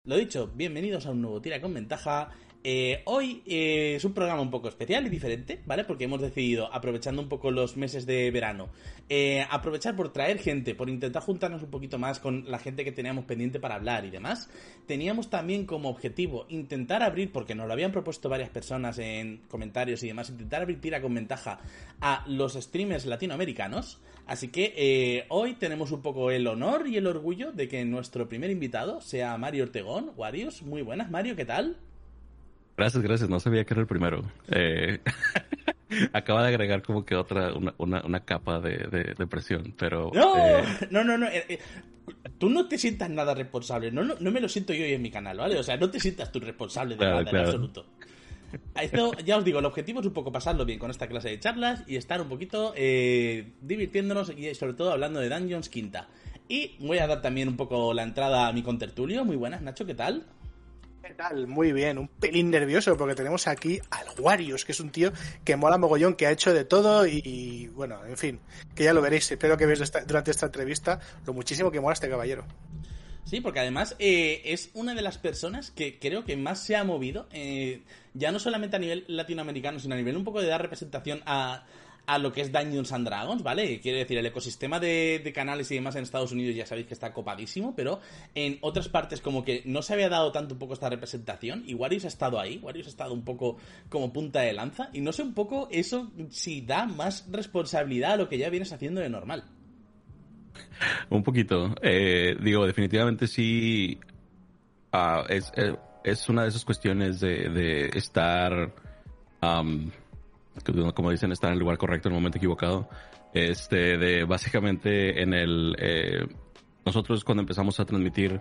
Lo dicho, bienvenidos a un nuevo Tira con Ventaja. Hoy es un programa un poco especial y diferente, ¿vale? Porque hemos decidido, aprovechando un poco los meses de verano, aprovechar por traer gente, por intentar juntarnos un poquito más con la gente que teníamos pendiente para hablar y demás. Teníamos también como objetivo intentar abrir, porque nos lo habían propuesto varias personas en comentarios y demás, intentar abrir Tira con Ventaja a los streamers latinoamericanos. Así que hoy tenemos un poco el honor y el orgullo de que nuestro primer invitado sea Mario Ortegón. Warius, muy buenas, Mario, ¿qué tal? Gracias, no sabía que era el primero. Acaba de agregar como que una capa de presión, pero... No. Tú no te sientas nada responsable. No me lo siento yo en mi canal, ¿vale? O sea, no te sientas tú responsable de nada, en absoluto. Esto, ya os digo, el objetivo es un poco pasarlo bien con esta clase de charlas y estar un poquito divirtiéndonos y sobre todo hablando de Dungeons Quinta. Y voy a dar también un poco la entrada a mi contertulio. Muy buenas, Nacho, ¿qué tal? ¿Qué tal? Muy bien, un pelín nervioso porque tenemos aquí al Warius, que es un tío que mola mogollón, que ha hecho de todo y bueno, en fin, que ya lo veréis. Espero que veáis durante esta entrevista lo muchísimo que mola este caballero. Sí, porque además es una de las personas que creo que más se ha movido, ya no solamente a nivel latinoamericano, sino a nivel un poco de dar representación a lo que es Dungeons and Dragons, ¿vale? Quiero decir, el ecosistema de canales y demás en Estados Unidos ya sabéis que está copadísimo, pero en otras partes como que no se había dado tanto un poco esta representación y Warius ha estado ahí, Warius ha estado un poco como punta de lanza y no sé un poco eso si da más responsabilidad a lo que ya vienes haciendo de normal. Un poquito. Digo, definitivamente sí. Es una de esas cuestiones de estar, como dicen, estar en el lugar correcto en el momento equivocado. De básicamente nosotros cuando empezamos a transmitir,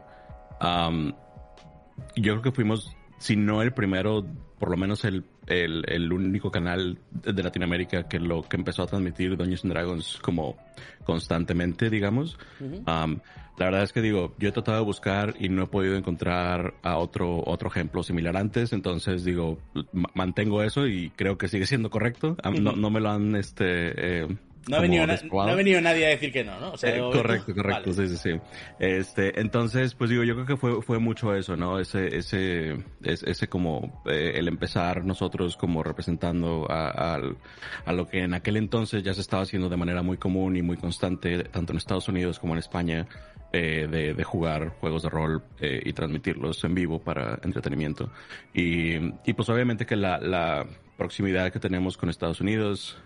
yo creo que fuimos, si no el primero, por lo menos el único canal de Latinoamérica que empezó a transmitir Dungeons and Dragons como constantemente, digamos. Uh-huh. La verdad es que digo, yo he tratado de buscar y no he podido encontrar a otro ejemplo similar antes, entonces digo, mantengo eso y creo que sigue siendo correcto. Uh-huh. No me lo han no ha venido nadie a decir que no, o sea, correcto, vale. Sí. Entonces, pues digo, yo creo que fue mucho eso, ¿no? Ese como el empezar nosotros como representando a lo que en aquel entonces ya se estaba haciendo de manera muy común y muy constante, tanto en Estados Unidos como en España, de jugar juegos de rol y transmitirlos en vivo para entretenimiento. Y pues obviamente que la proximidad que tenemos con Estados Unidos,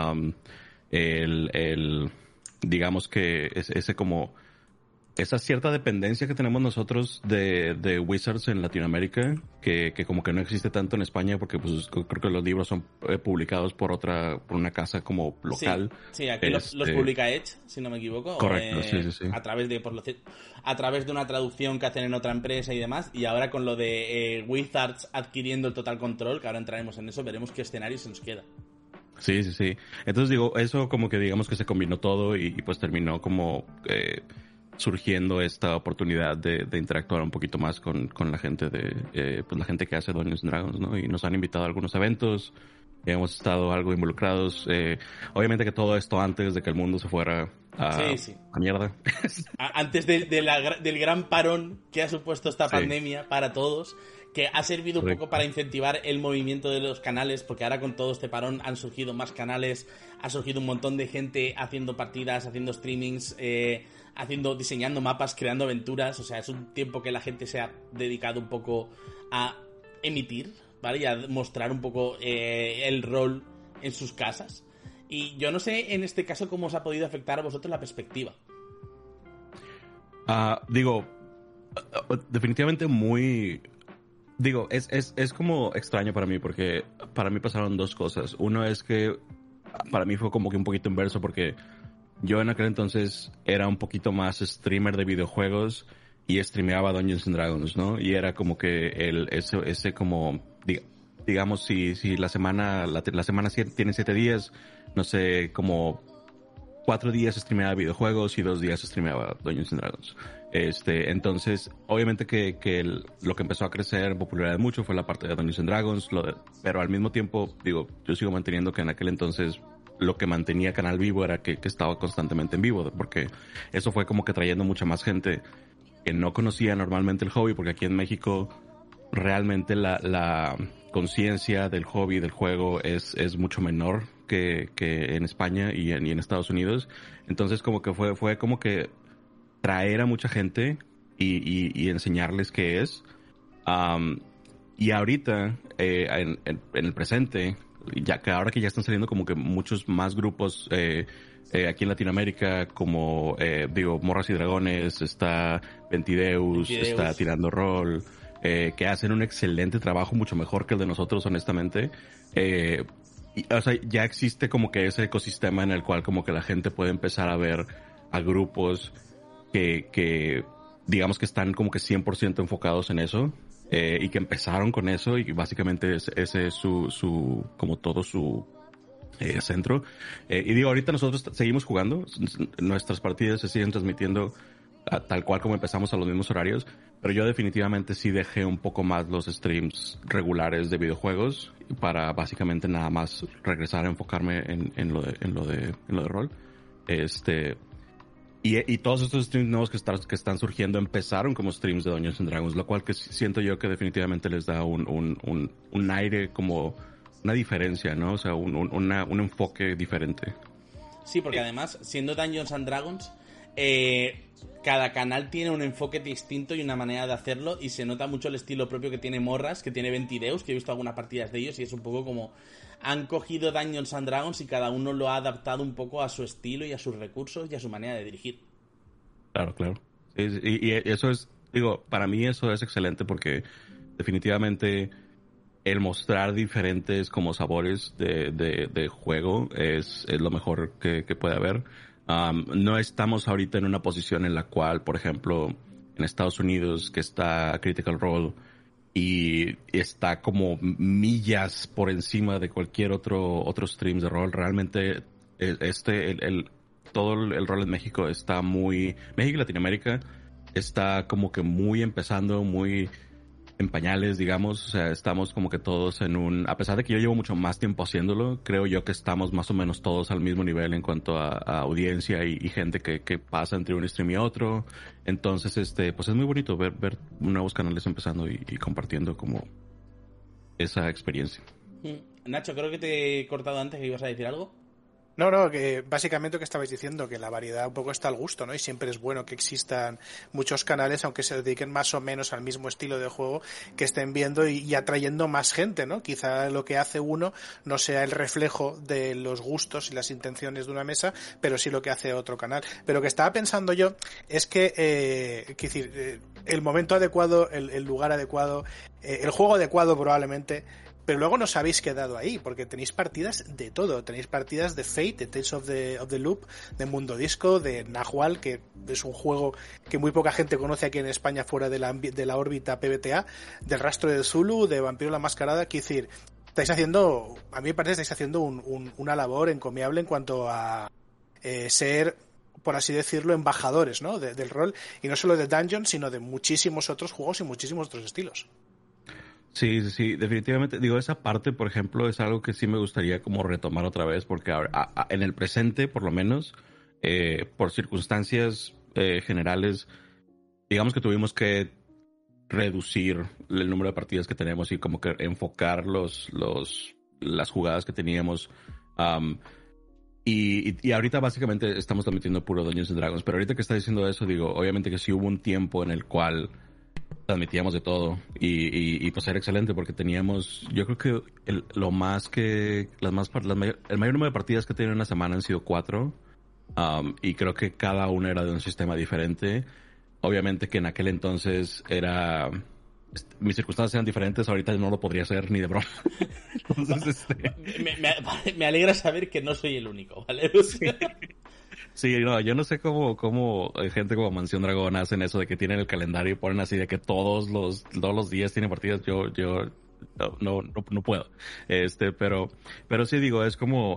digamos que esa cierta dependencia que tenemos nosotros de Wizards en Latinoamérica, que como que no existe tanto en España porque pues creo que los libros son publicados por una casa como local. Sí, aquí los publica Edge, si no me equivoco. Correcto, sí. A través de una traducción que hacen en otra empresa y demás, y ahora con lo de Wizards adquiriendo el total control, que ahora entraremos en eso, veremos qué escenario se nos queda. Sí. Entonces digo, eso como que digamos que se combinó todo y pues terminó como surgiendo esta oportunidad de interactuar un poquito más con la gente pues la gente que hace Dungeons and Dragons, ¿no? Y nos han invitado a algunos eventos, hemos estado algo involucrados. Obviamente que todo esto antes de que el mundo se fuera a mierda. Antes del gran parón que ha supuesto esta pandemia para todos, que ha servido un poco para incentivar el movimiento de los canales, porque ahora con todo este parón han surgido más canales, ha surgido un montón de gente haciendo partidas, haciendo streamings, diseñando mapas, creando aventuras. O sea, es un tiempo que la gente se ha dedicado un poco a emitir, ¿vale? Y a mostrar un poco el rol en sus casas. Y yo no sé en este caso cómo os ha podido afectar a vosotros la perspectiva. Digo, definitivamente muy... Digo, es como extraño para mí porque para mí pasaron dos cosas. Uno es que para mí fue como que un poquito inverso porque yo en aquel entonces era un poquito más streamer de videojuegos y streameaba Dungeons and Dragons, ¿no? Y era como que ese como, digamos, si la semana tiene 7 días, no sé, como 4 días streameaba videojuegos y 2 días streameaba Dungeons and Dragons. Entonces, obviamente que lo que empezó a crecer en popularidad mucho fue la parte de Dungeons and Dragons, pero al mismo tiempo, digo, yo sigo manteniendo que en aquel entonces lo que mantenía el canal vivo era que estaba constantemente en vivo, porque eso fue como que trayendo mucha más gente que no conocía normalmente el hobby, porque aquí en México realmente la conciencia del hobby, del juego, es mucho menor que en España y en Estados Unidos. Entonces como que fue como que traer a mucha gente y enseñarles qué es. Y ahorita, en el presente, ya que ahora que ya están saliendo como que muchos más grupos aquí en Latinoamérica, como Morras y Dragones, está Ventideus, está Tirando Rol, que hacen un excelente trabajo, mucho mejor que el de nosotros, honestamente. O sea, ya existe como que ese ecosistema en el cual como que la gente puede empezar a ver a grupos que digamos que están como que 100% enfocados en eso, y que empezaron con eso, y básicamente ese es su como todo su centro. Y digo, ahorita nosotros seguimos jugando, nuestras partidas se siguen transmitiendo tal cual como empezamos a los mismos horarios, pero yo definitivamente sí dejé un poco más los streams regulares de videojuegos para básicamente nada más regresar a enfocarme en lo de rol. Y todos estos streams nuevos que están surgiendo empezaron como streams de Dungeons and Dragons, lo cual que siento yo que definitivamente les da un aire, como una diferencia, ¿no? O sea, un enfoque diferente. Sí, porque además, siendo Dungeons and Dragons, cada canal tiene un enfoque distinto y una manera de hacerlo, y se nota mucho el estilo propio que tiene Morras, que tiene Ventideus, que he visto algunas partidas de ellos, y es un poco como han cogido Dungeons and Dragons y cada uno lo ha adaptado un poco a su estilo y a sus recursos y a su manera de dirigir. Claro, claro. Y eso es, digo, para mí eso es excelente, porque definitivamente el mostrar diferentes como sabores de juego es lo mejor que puede haber. No estamos ahorita en una posición en la cual, por ejemplo, en Estados Unidos, que está Critical Role y está como millas por encima de cualquier otro stream de rol. Realmente todo el rol en México está muy... México y Latinoamérica está como que muy empezando, muy en pañales, digamos. O sea, estamos como que todos a pesar de que yo llevo mucho más tiempo haciéndolo, creo yo que estamos más o menos todos al mismo nivel en cuanto a audiencia y gente que pasa entre un stream y otro. Entonces, pues es muy bonito ver nuevos canales empezando y compartiendo como esa experiencia. Nacho, creo que te he cortado antes, que ibas a decir algo. No, que básicamente lo que estabais diciendo, que la variedad un poco está al gusto, ¿no? Y siempre es bueno que existan muchos canales, aunque se dediquen más o menos al mismo estilo de juego, que estén viendo y atrayendo más gente, ¿no? Quizá lo que hace uno no sea el reflejo de los gustos y las intenciones de una mesa, pero sí lo que hace otro canal. Pero lo que estaba pensando yo es que, el momento adecuado, el lugar adecuado, el juego adecuado probablemente. Pero luego no os habéis quedado ahí, porque tenéis partidas de todo. Tenéis partidas de Fate, de Tales of the Loop, de Mundo Disco, de Nahual, que es un juego que muy poca gente conoce aquí en España fuera de la órbita PBTA, del Rastro de Zulu, de Vampiro la Mascarada. Quiero decir, estáis haciendo, a mí me parece que estáis haciendo una labor encomiable en cuanto a ser, por así decirlo, embajadores, ¿no? del rol, y no solo de Dungeon, sino de muchísimos otros juegos y muchísimos otros estilos. Sí, definitivamente. Digo, esa parte, por ejemplo, es algo que sí me gustaría como retomar otra vez, porque en el presente, por lo menos, por circunstancias generales, digamos que tuvimos que reducir el número de partidas que tenemos y como que enfocar las jugadas que teníamos. Y ahorita básicamente estamos transmitiendo puro Dungeons and Dragons, pero ahorita que está diciendo eso, digo, obviamente que sí hubo un tiempo en el cual transmitíamos de todo y pues era excelente, porque teníamos, yo creo que el mayor número de partidas que he tenido en una semana han sido 4, y creo que cada una era de un sistema diferente. Obviamente que en aquel entonces mis circunstancias eran diferentes, ahorita no lo podría hacer ni de broma. Entonces, me alegra saber que no soy el único, ¿vale? Sí, no, yo no sé cómo gente como Mansión Dragón hacen eso de que tienen el calendario y ponen así de que todos los días tienen partidas. Yo no puedo. Pero sí, digo, es como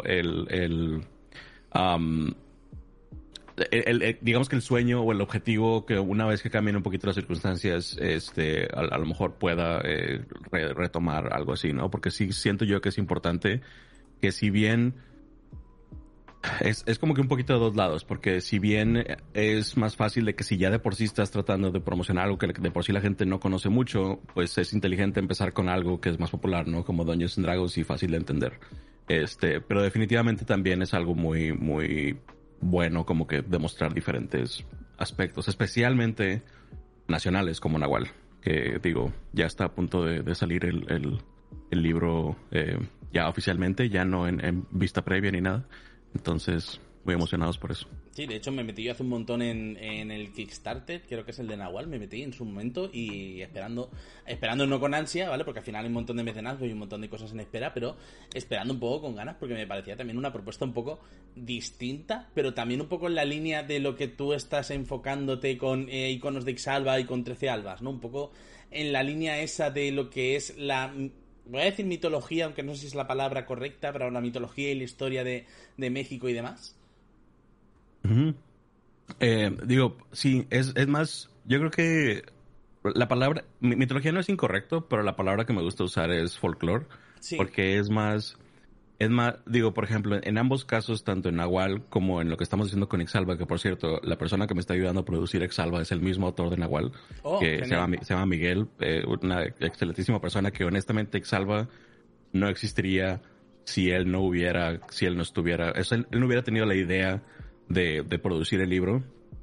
digamos que el sueño o el objetivo, que una vez que cambien un poquito las circunstancias, a lo mejor pueda retomar algo así, ¿no? Porque sí siento yo que es importante que, si bien Es como que un poquito de dos lados, porque si bien es más fácil de que si ya de por sí estás tratando de promocionar algo que de por sí la gente no conoce mucho, pues es inteligente empezar con algo que es más popular, ¿no? Como Dungeons and Dragons y fácil de entender. Pero definitivamente también es algo muy, muy bueno como que demostrar diferentes aspectos, especialmente nacionales como Nahual, que digo, ya está a punto de salir el libro ya oficialmente, ya no en vista previa ni nada. Entonces, muy emocionados por eso. Sí, de hecho me metí yo hace un montón en el Kickstarter, creo que es el de Nahual, me metí en su momento y esperando no con ansia, ¿vale? Porque al final hay un montón de mecenazgos y un montón de cosas en espera, pero esperando un poco con ganas porque me parecía también una propuesta un poco distinta, pero también un poco en la línea de lo que tú estás enfocándote con iconos de Ixalba y con 13 albas, ¿no? Un poco en la línea esa de lo que es voy a decir mitología, aunque no sé si es la palabra correcta, pero la mitología y la historia de México y demás. Uh-huh. Digo, sí, es más, yo creo que la palabra, mitología no es incorrecto, pero la palabra que me gusta usar es folclore, Sí. porque es más, digo, por ejemplo, en ambos casos, tanto en Nahual como en lo que estamos haciendo con Ixalba, que por cierto, la persona que me está ayudando a producir Ixalba es el mismo autor de Nahual, que se llama Miguel, una excelentísima persona que honestamente Ixalba no existiría si él no estuviera, él no hubiera tenido la idea de producir el libro,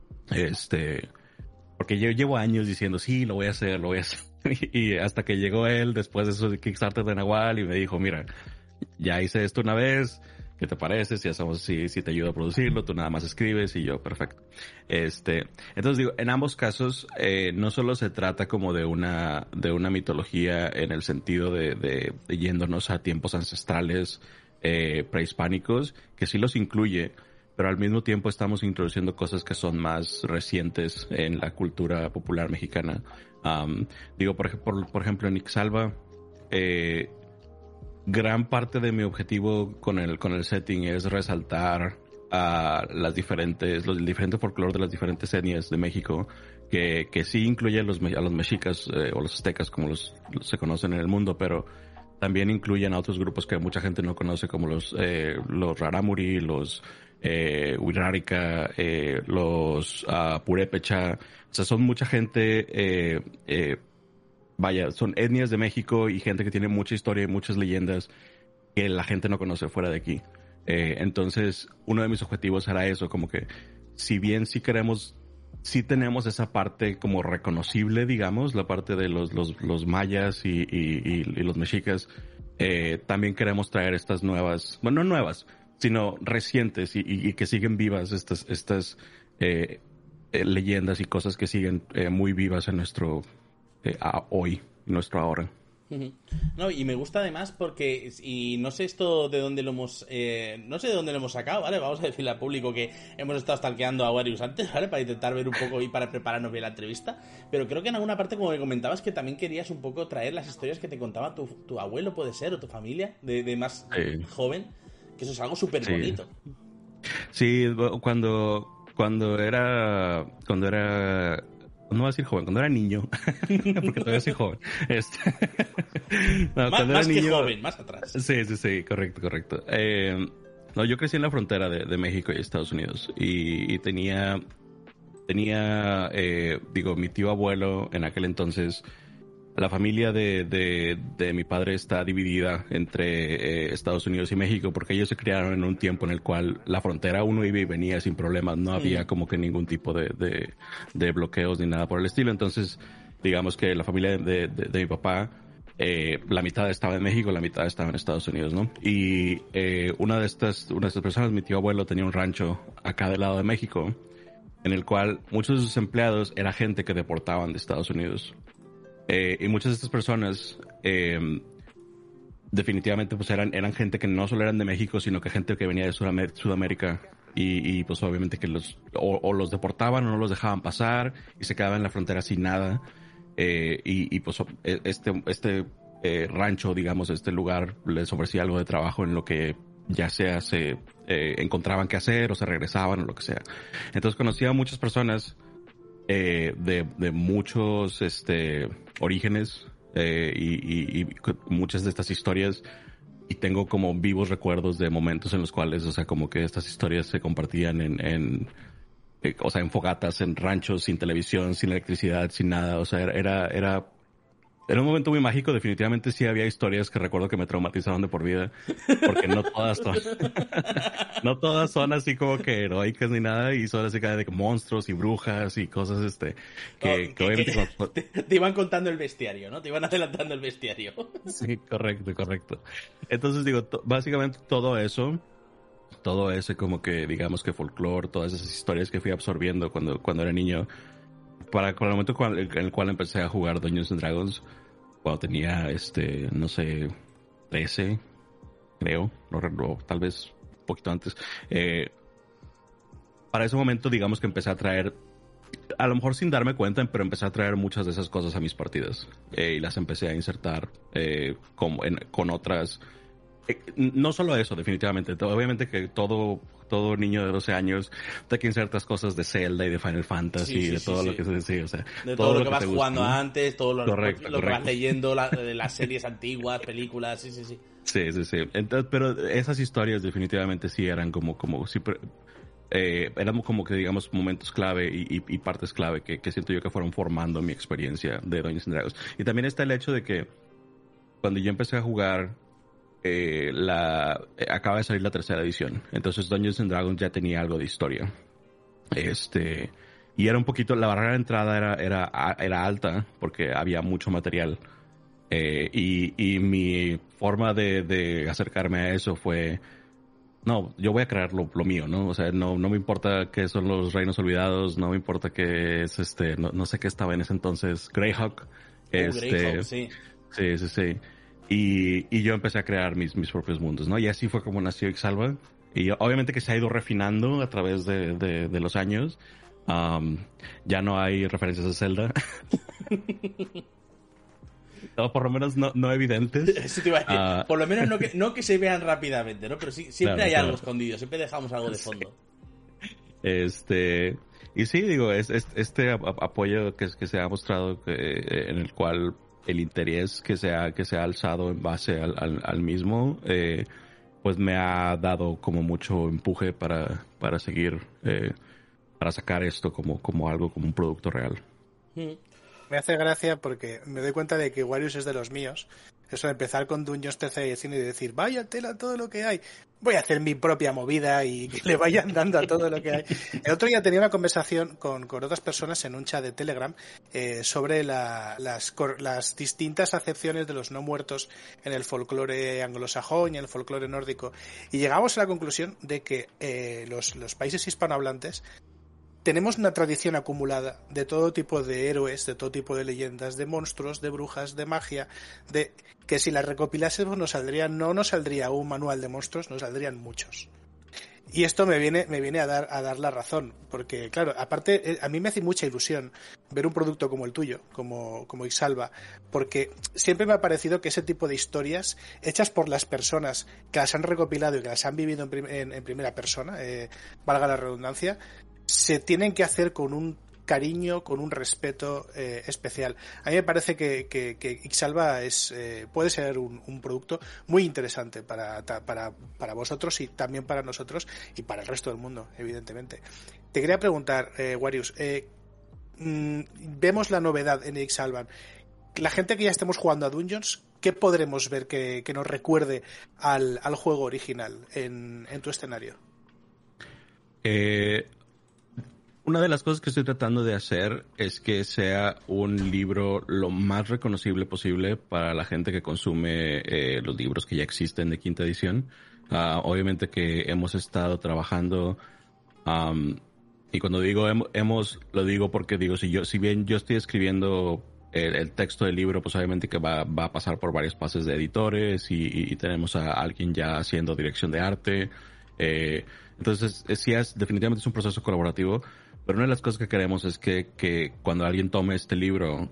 porque yo llevo años diciendo, sí, lo voy a hacer, y hasta que llegó él después de esos Kickstarter de Nahual y me dijo, mira, ya hice esto una vez, ¿qué te parece? Si te ayudo a producirlo, tú nada más escribes y yo, perfecto. Entonces digo, en ambos casos, no solo se trata como de una mitología en el sentido de yéndonos a tiempos ancestrales, prehispánicos, que sí los incluye, pero al mismo tiempo estamos introduciendo cosas que son más recientes en la cultura popular mexicana. Digo, por ejemplo, en Ixalba, gran parte de mi objetivo con el setting es resaltar a el diferente folclore de las diferentes etnias de México, que sí incluye a los mexicas o los aztecas como se conocen en el mundo, pero también incluyen a otros grupos que mucha gente no conoce como los rarámuri, los Wixárika, los purépecha. O sea, son mucha gente, son etnias de México y gente que tiene mucha historia y muchas leyendas que la gente no conoce fuera de aquí. Entonces, uno de mis objetivos era eso, como que si bien sí tenemos esa parte como reconocible, digamos, la parte de los mayas y los mexicas, también queremos traer estas nuevas, bueno, no nuevas, sino recientes y que siguen vivas estas leyendas y cosas que siguen muy vivas en nuestro hoy, nuestro ahora. No, y me gusta además porque, y no sé esto de dónde lo hemos, no sé de dónde lo hemos sacado, ¿vale? Vamos a decirle al público que hemos estado stalkeando a Warius antes, ¿vale? Para intentar ver un poco y para prepararnos bien la entrevista, pero creo que en alguna parte, como me comentabas, que también querías un poco traer las historias que te contaba tu abuelo, puede ser, o tu familia, de más joven, que eso es algo súper bonito. Sí, cuando era no voy a decir joven, cuando era niño, porque todavía soy joven. Más que joven, más atrás. Sí, correcto. No, yo crecí en la frontera de México y Estados Unidos y tenía, mi tío abuelo en aquel entonces. La familia de mi padre está dividida entre Estados Unidos y México porque ellos se criaron en un tiempo en el cual la frontera uno iba y venía sin problemas. No había como que ningún tipo de bloqueos ni nada por el estilo. Entonces, digamos que la familia de mi papá, la mitad estaba en México, la mitad estaba en Estados Unidos, ¿no? Y una de estas personas, mi tío abuelo, tenía un rancho acá del lado de México en el cual muchos de sus empleados era gente que deportaban de Estados Unidos. Y muchas de estas personas definitivamente pues eran gente que no solo eran de México, sino que gente que venía de Sudamérica y pues obviamente que los deportaban o no los dejaban pasar y se quedaban en la frontera sin nada. Y pues este rancho, digamos, este lugar les ofrecía algo de trabajo en lo que ya sea se encontraban qué hacer o se regresaban o lo que sea. Entonces conocía a muchas personas de muchos orígenes y muchas de estas historias y tengo como vivos recuerdos de momentos en los cuales, o sea, como que estas historias se compartían o sea, en fogatas, en ranchos, sin televisión, sin electricidad, sin nada. O sea, era un momento muy mágico. Definitivamente sí había historias que recuerdo que me traumatizaron de por vida, porque no todas son, no todas son así como que heroicas ni nada, y son así como de monstruos y brujas y cosas que obviamente te iban contando el bestiario, ¿no? Te iban adelantando el bestiario. Sí, correcto. Entonces digo, básicamente todo ese como que digamos que folclore, todas esas historias que fui absorbiendo cuando era niño, con el momento en el cual empecé a jugar Dungeons and Dragons, cuando tenía, no sé, 13, creo, no, tal vez un poquito antes. Para ese momento, digamos que empecé a traer, a lo mejor sin darme cuenta, pero empecé a traer muchas de esas cosas a mis partidas. Y las empecé a insertar con otras. No solo eso, definitivamente. Obviamente que todo niño de 12 años te que insertas cosas de Zelda y de Final Fantasy, de todo lo que se decía, o sea, de todo lo que vas jugando gusta, ¿no? antes, todo lo Correcto. que vas leyendo de las series antiguas, películas, sí. Sí. Entonces, pero esas historias definitivamente sí eran como siempre, eran como que digamos momentos clave y partes clave que siento yo que fueron formando mi experiencia de Dungeons and Dragons. Y también está el hecho de que cuando yo empecé a jugar, acaba de salir la 3ª edición, entonces Dungeons and Dragons ya tenía algo de historia, y era un poquito, la barrera de entrada era alta porque había mucho material, y mi forma de acercarme a eso fue, no, yo voy a crear lo mío, ¿no? O sea, no me importa qué son los Reinos Olvidados, no me importa qué es no sé qué estaba en ese entonces, Greyhawk, Greyhawk, sí. Sí. Y yo empecé a crear mis propios mundos, ¿no? Y así fue como nació Ixalva. Y obviamente que se ha ido refinando a través de los años. Ya no hay referencias a Zelda. O por lo menos no evidentes. Eso te iba a decir. Por lo menos no que se vean rápidamente, ¿no? Pero sí, siempre hay algo escondido, siempre dejamos algo de fondo. Y sí, digo, este apoyo que se ha mostrado, en el cual el interés que se ha alzado en base al mismo, pues me ha dado como mucho empuje para seguir, para sacar esto como algo, como un producto real. Me hace gracia porque me doy cuenta de que Warriors es de los míos. Eso de empezar con Dungeons 3ª edición y decir, vaya tela todo lo que hay. Voy a hacer mi propia movida y que le vayan dando a todo lo que hay. El otro día tenía una conversación con otras personas en un chat de Telegram sobre las distintas acepciones de los no muertos en el folclore anglosajón y en el folclore nórdico. Y llegamos a la conclusión de que los países hispanohablantes tenemos una tradición acumulada de todo tipo de héroes, de todo tipo de leyendas, de monstruos, de brujas, de magia, de que si las recopilásemos no saldría un manual de monstruos, nos saldrían muchos. Y esto me viene a dar la razón, porque claro, aparte a mí me hace mucha ilusión ver un producto como el tuyo, como Ixalva, porque siempre me ha parecido que ese tipo de historias hechas por las personas que las han recopilado y que las han vivido en primera persona, valga la redundancia, se tienen que hacer con un cariño, con un respeto especial. A mí me parece que Ixalva puede ser un producto muy interesante para vosotros y también para nosotros y para el resto del mundo, evidentemente. Te quería preguntar, Warius, vemos la novedad en Ixalva. La gente que ya estemos jugando a Dungeons, ¿qué podremos ver que nos recuerde al juego original en tu escenario? Una de las cosas que estoy tratando de hacer es que sea un libro lo más reconocible posible para la gente que consume los libros que ya existen de 5ª edición. Obviamente que hemos estado trabajando, y cuando digo lo digo porque digo, si bien yo estoy escribiendo el texto del libro, pues obviamente que va a pasar por varios pases de editores y tenemos a alguien ya haciendo dirección de arte. Entonces, sí, definitivamente es un proceso colaborativo. Pero una de las cosas que queremos es que cuando alguien tome este libro,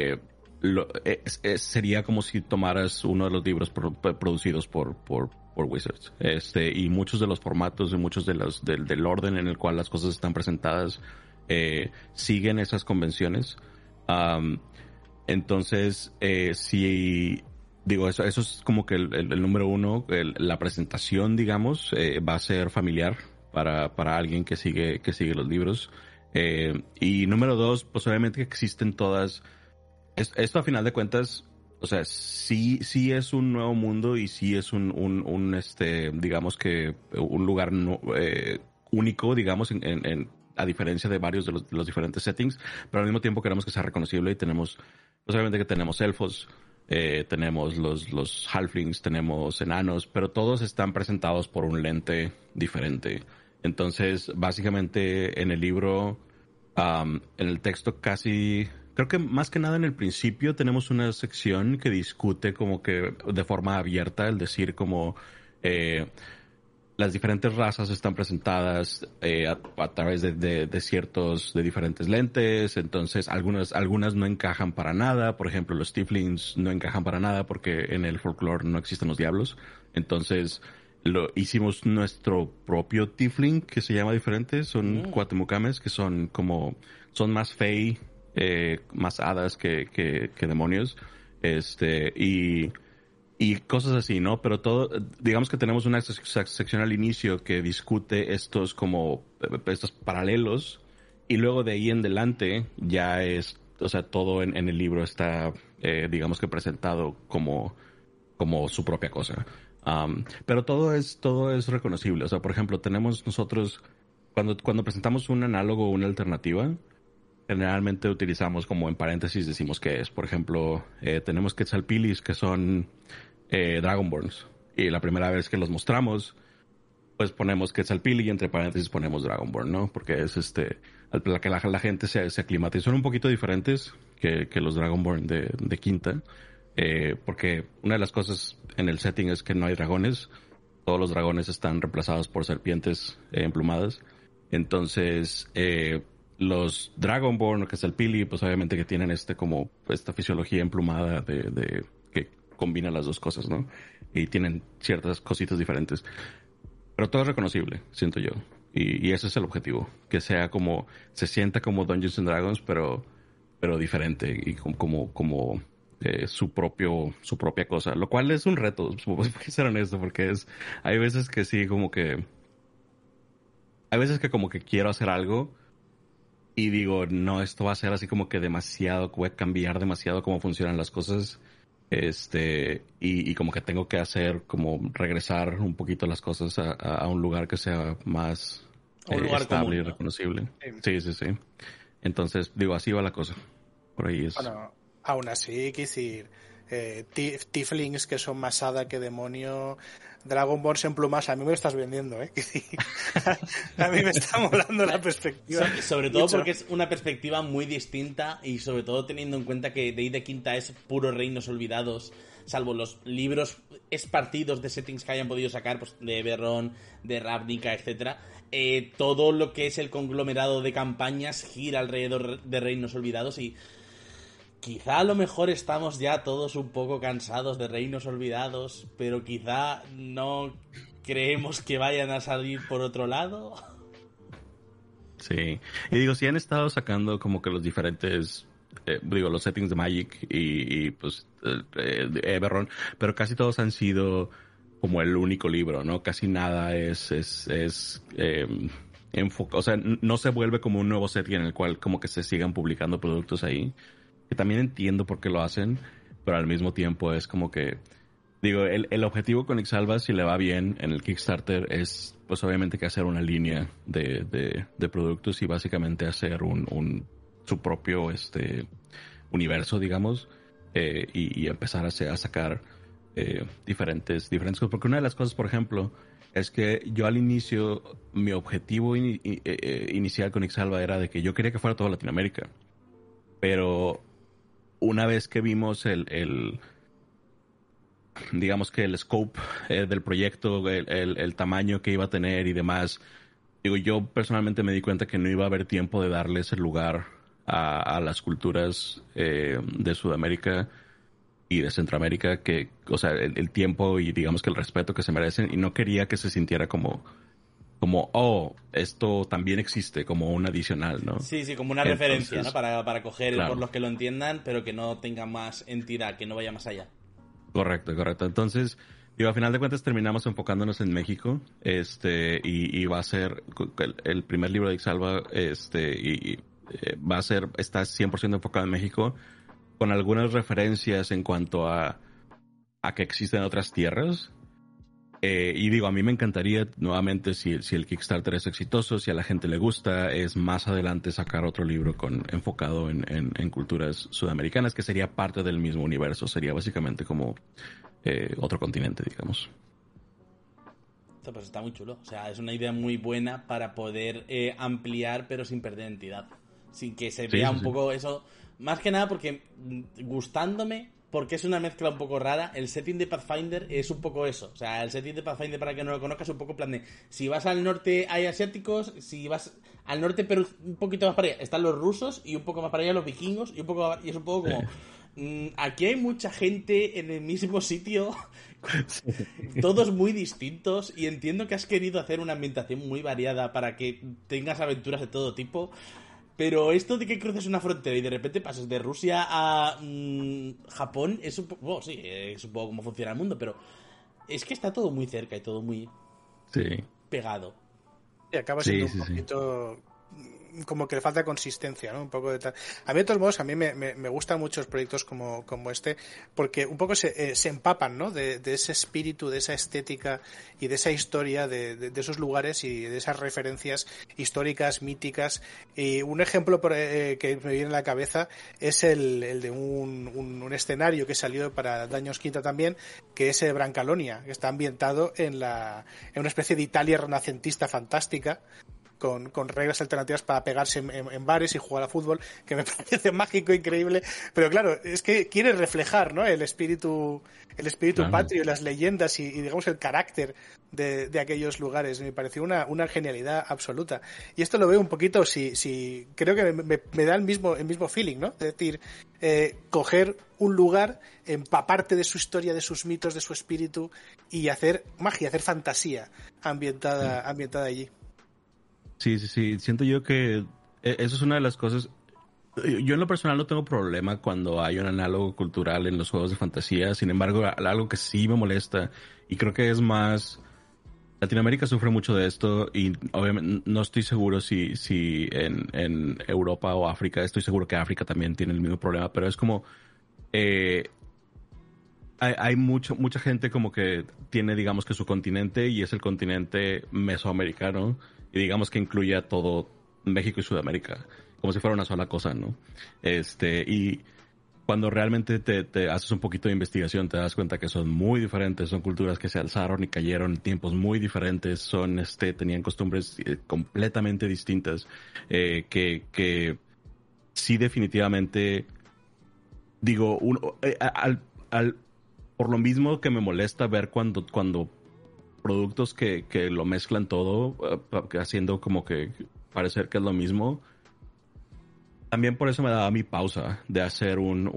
sería como si tomaras uno de los libros producidos por Wizards. Y muchos de los formatos y muchos del orden en el cual las cosas están presentadas siguen esas convenciones. Entonces, si digo, eso es como que el número uno, la presentación, digamos, va a ser familiar para alguien que sigue los libros. Y número dos, pues obviamente que existen todas. Esto a final de cuentas, o sea, sí es un nuevo mundo y sí es un digamos que un lugar único, digamos, a diferencia de varios de los diferentes settings, pero al mismo tiempo queremos que sea reconocible y tenemos, pues obviamente que tenemos elfos, tenemos los halflings, tenemos enanos, pero todos están presentados por un lente diferente. Entonces, básicamente en el libro, en el texto casi, creo que más que nada en el principio tenemos una sección que discute como que de forma abierta, el decir como las diferentes razas están presentadas a través de ciertos, de diferentes lentes. Entonces algunas no encajan para nada. Por ejemplo, los tieflings no encajan para nada porque en el folclore no existen los diablos. Entonces hicimos nuestro propio tiefling que se llama diferente. Son cuatemucames que son más fey, más hadas que demonios. Y cosas así, ¿no? Pero todo, digamos que tenemos una sección al inicio que discute estos paralelos, y luego de ahí en adelante ya es, o sea, todo en el libro está, digamos que presentado como su propia cosa. Pero todo es reconocible. O sea, por ejemplo, tenemos nosotros, cuando presentamos un análogo o una alternativa, generalmente utilizamos como en paréntesis decimos que es, por ejemplo, tenemos Quetzalpilis que son Dragonborns, y la primera vez que los mostramos pues ponemos Quetzalpili y entre paréntesis ponemos Dragonborn, ¿no? Porque es la que la gente se aclimata, y son un poquito diferentes que los Dragonborn de quinta, porque una de las cosas en el setting es que no hay dragones. Todos los dragones están reemplazados por serpientes emplumadas. Entonces los Dragonborn o Quetzalpili, pues obviamente que tienen como esta fisiología emplumada de que combina las dos cosas, ¿no? Y tienen ciertas cositas diferentes. Pero todo es reconocible, siento yo. Y ese es el objetivo. Que sea se sienta como Dungeons and Dragons, pero diferente y como su propia cosa. Lo cual es un reto, voy a ser honesto, porque hay veces que sí, hay veces que como que quiero hacer algo y digo, no, esto va a ser así como que demasiado, voy a cambiar demasiado cómo funcionan las cosas. Y como que tengo que regresar un poquito las cosas a un lugar que sea más estable común, y reconocible. Sí. Entonces, digo, así va la cosa. Por ahí es. Bueno, aún así, quisir tieflings que son más hada que demonio, Dragonborns en plumas, a mí me lo estás vendiendo, ¿eh? A mí me está molando la perspectiva. Sobre todo porque es una perspectiva muy distinta, y sobre todo teniendo en cuenta que D&D de quinta es puro reinos olvidados, salvo los libros esparcidos de settings que hayan podido sacar, pues de Eberron, de Ravnica, etcétera. Todo lo que es el conglomerado de campañas gira alrededor de reinos olvidados, y quizá a lo mejor estamos ya todos un poco cansados de reinos olvidados, pero quizá no creemos que vayan a salir por otro lado. Sí, y digo, si han estado sacando como que los diferentes, los settings de Magic y pues Eberron, pero casi todos han sido como el único libro, ¿no? Casi nada o sea, no se vuelve como un nuevo setting en el cual como que se sigan publicando productos ahí. Que también entiendo por qué lo hacen, pero al mismo tiempo es como que, digo, el objetivo con Ixalva, si le va bien en el Kickstarter, es pues obviamente que hacer una línea de productos y básicamente hacer su propio universo, digamos, y empezar a sacar diferentes cosas. Porque una de las cosas, por ejemplo, es que yo al inicio, mi objetivo inicial con Ixalva era de que yo quería que fuera toda Latinoamérica. Pero una vez que vimos digamos que el scope del proyecto, el tamaño que iba a tener y demás, digo, yo personalmente me di cuenta que no iba a haber tiempo de darle ese lugar a las culturas de Sudamérica y de Centroamérica, o sea, el tiempo y digamos que el respeto que se merecen, y no quería que se sintiera como esto también existe, como un adicional, ¿no? Sí, como una referencia, ¿no? Para coger, claro, por los que lo entiendan, pero que no tenga más entidad, que no vaya más allá. Correcto. Entonces, digo, a final de cuentas terminamos enfocándonos en México, y va a ser el primer libro de Ixalva, está 100% enfocado en México, con algunas referencias en cuanto a que existen otras tierras. Y digo, a mí me encantaría, nuevamente, si el Kickstarter es exitoso, si a la gente le gusta, es más adelante sacar otro libro enfocado en culturas sudamericanas, que sería parte del mismo universo, sería básicamente como otro continente, digamos. Pues está muy chulo, o sea, es una idea muy buena para poder ampliar, pero sin perder entidad, sin que se vea un poco eso, más que nada porque gustándome, porque es una mezcla un poco rara. El setting de Pathfinder es un poco eso. O sea, el setting de Pathfinder, para que no lo conozcas, es un poco plan de... Si vas al norte hay asiáticos, si vas al norte pero un poquito más para allá están los rusos, y un poco más para allá los vikingos, y es un poco como... aquí hay mucha gente en el mismo sitio, todos muy distintos, y entiendo que has querido hacer una ambientación muy variada para que tengas aventuras de todo tipo... Pero esto de que cruces una frontera y de repente pases de Rusia a Japón es un poco... Bueno, sí, es un poco cómo funciona el mundo, pero es que está todo muy cerca y todo muy pegado. Y acaba siendo un poquito... como que le falta consistencia, ¿no? Un poco de tal. A mí, de todos modos, me gustan muchos proyectos como este, porque un poco se empapan, ¿no? De ese espíritu, de esa estética y de esa historia de esos lugares y de esas referencias históricas, míticas. Y un ejemplo que me viene a la cabeza es el de un escenario que salió para Daños Quinta también, que es Brancalonia, que está ambientado en una especie de Italia renacentista fantástica, con reglas alternativas para pegarse en bares y jugar a fútbol, que me parece mágico, increíble, pero claro, es que quiere reflejar, ¿no? el espíritu patrio, las leyendas y digamos el carácter de aquellos lugares. Me pareció una genialidad absoluta, y esto lo veo un poquito, si creo que me da el mismo feeling, ¿no? Es decir, coger un lugar, empaparte de su historia, de sus mitos, de su espíritu, y hacer magia, hacer fantasía ambientada allí. Sí. Siento yo que eso es una de las cosas. Yo en lo personal no tengo problema cuando hay un análogo cultural en los juegos de fantasía. Sin embargo, algo que sí me molesta, y creo que es más... Latinoamérica sufre mucho de esto, y obviamente no estoy seguro si en Europa o África, estoy seguro que África también tiene el mismo problema, pero es como... hay mucha gente como que tiene, digamos, que su continente, y es el continente mesoamericano, y digamos que incluye a todo México y Sudamérica, como si fuera una sola cosa, ¿no? Y cuando realmente te haces un poquito de investigación, te das cuenta que son muy diferentes, son culturas que se alzaron y cayeron en tiempos muy diferentes, tenían costumbres completamente distintas, que sí, definitivamente, digo, por lo mismo que me molesta ver cuando productos que lo mezclan todo, haciendo como que parecer que es lo mismo. También por eso me daba mi pausa de hacer un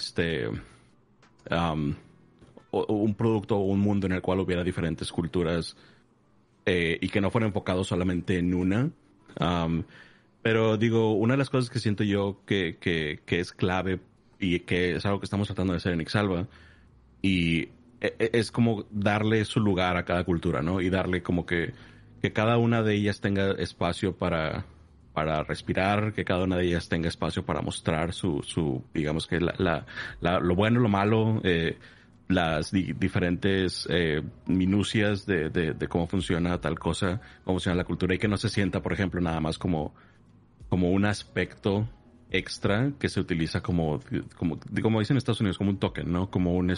producto o un mundo en el cual hubiera diferentes culturas, y que no fuera enfocado solamente en una. Pero digo, una de las cosas que siento yo que es clave, y que es algo que estamos tratando de hacer en Ixalva, y es como darle su lugar a cada cultura, ¿no? Y darle como que cada una de ellas tenga espacio para respirar, que cada una de ellas tenga espacio para mostrar su digamos que lo bueno, lo malo, las diferentes minucias de cómo funciona tal cosa, cómo funciona la cultura, y que no se sienta, por ejemplo, nada más como un aspecto extra que se utiliza como dicen en Estados Unidos, como un token, ¿no? Como un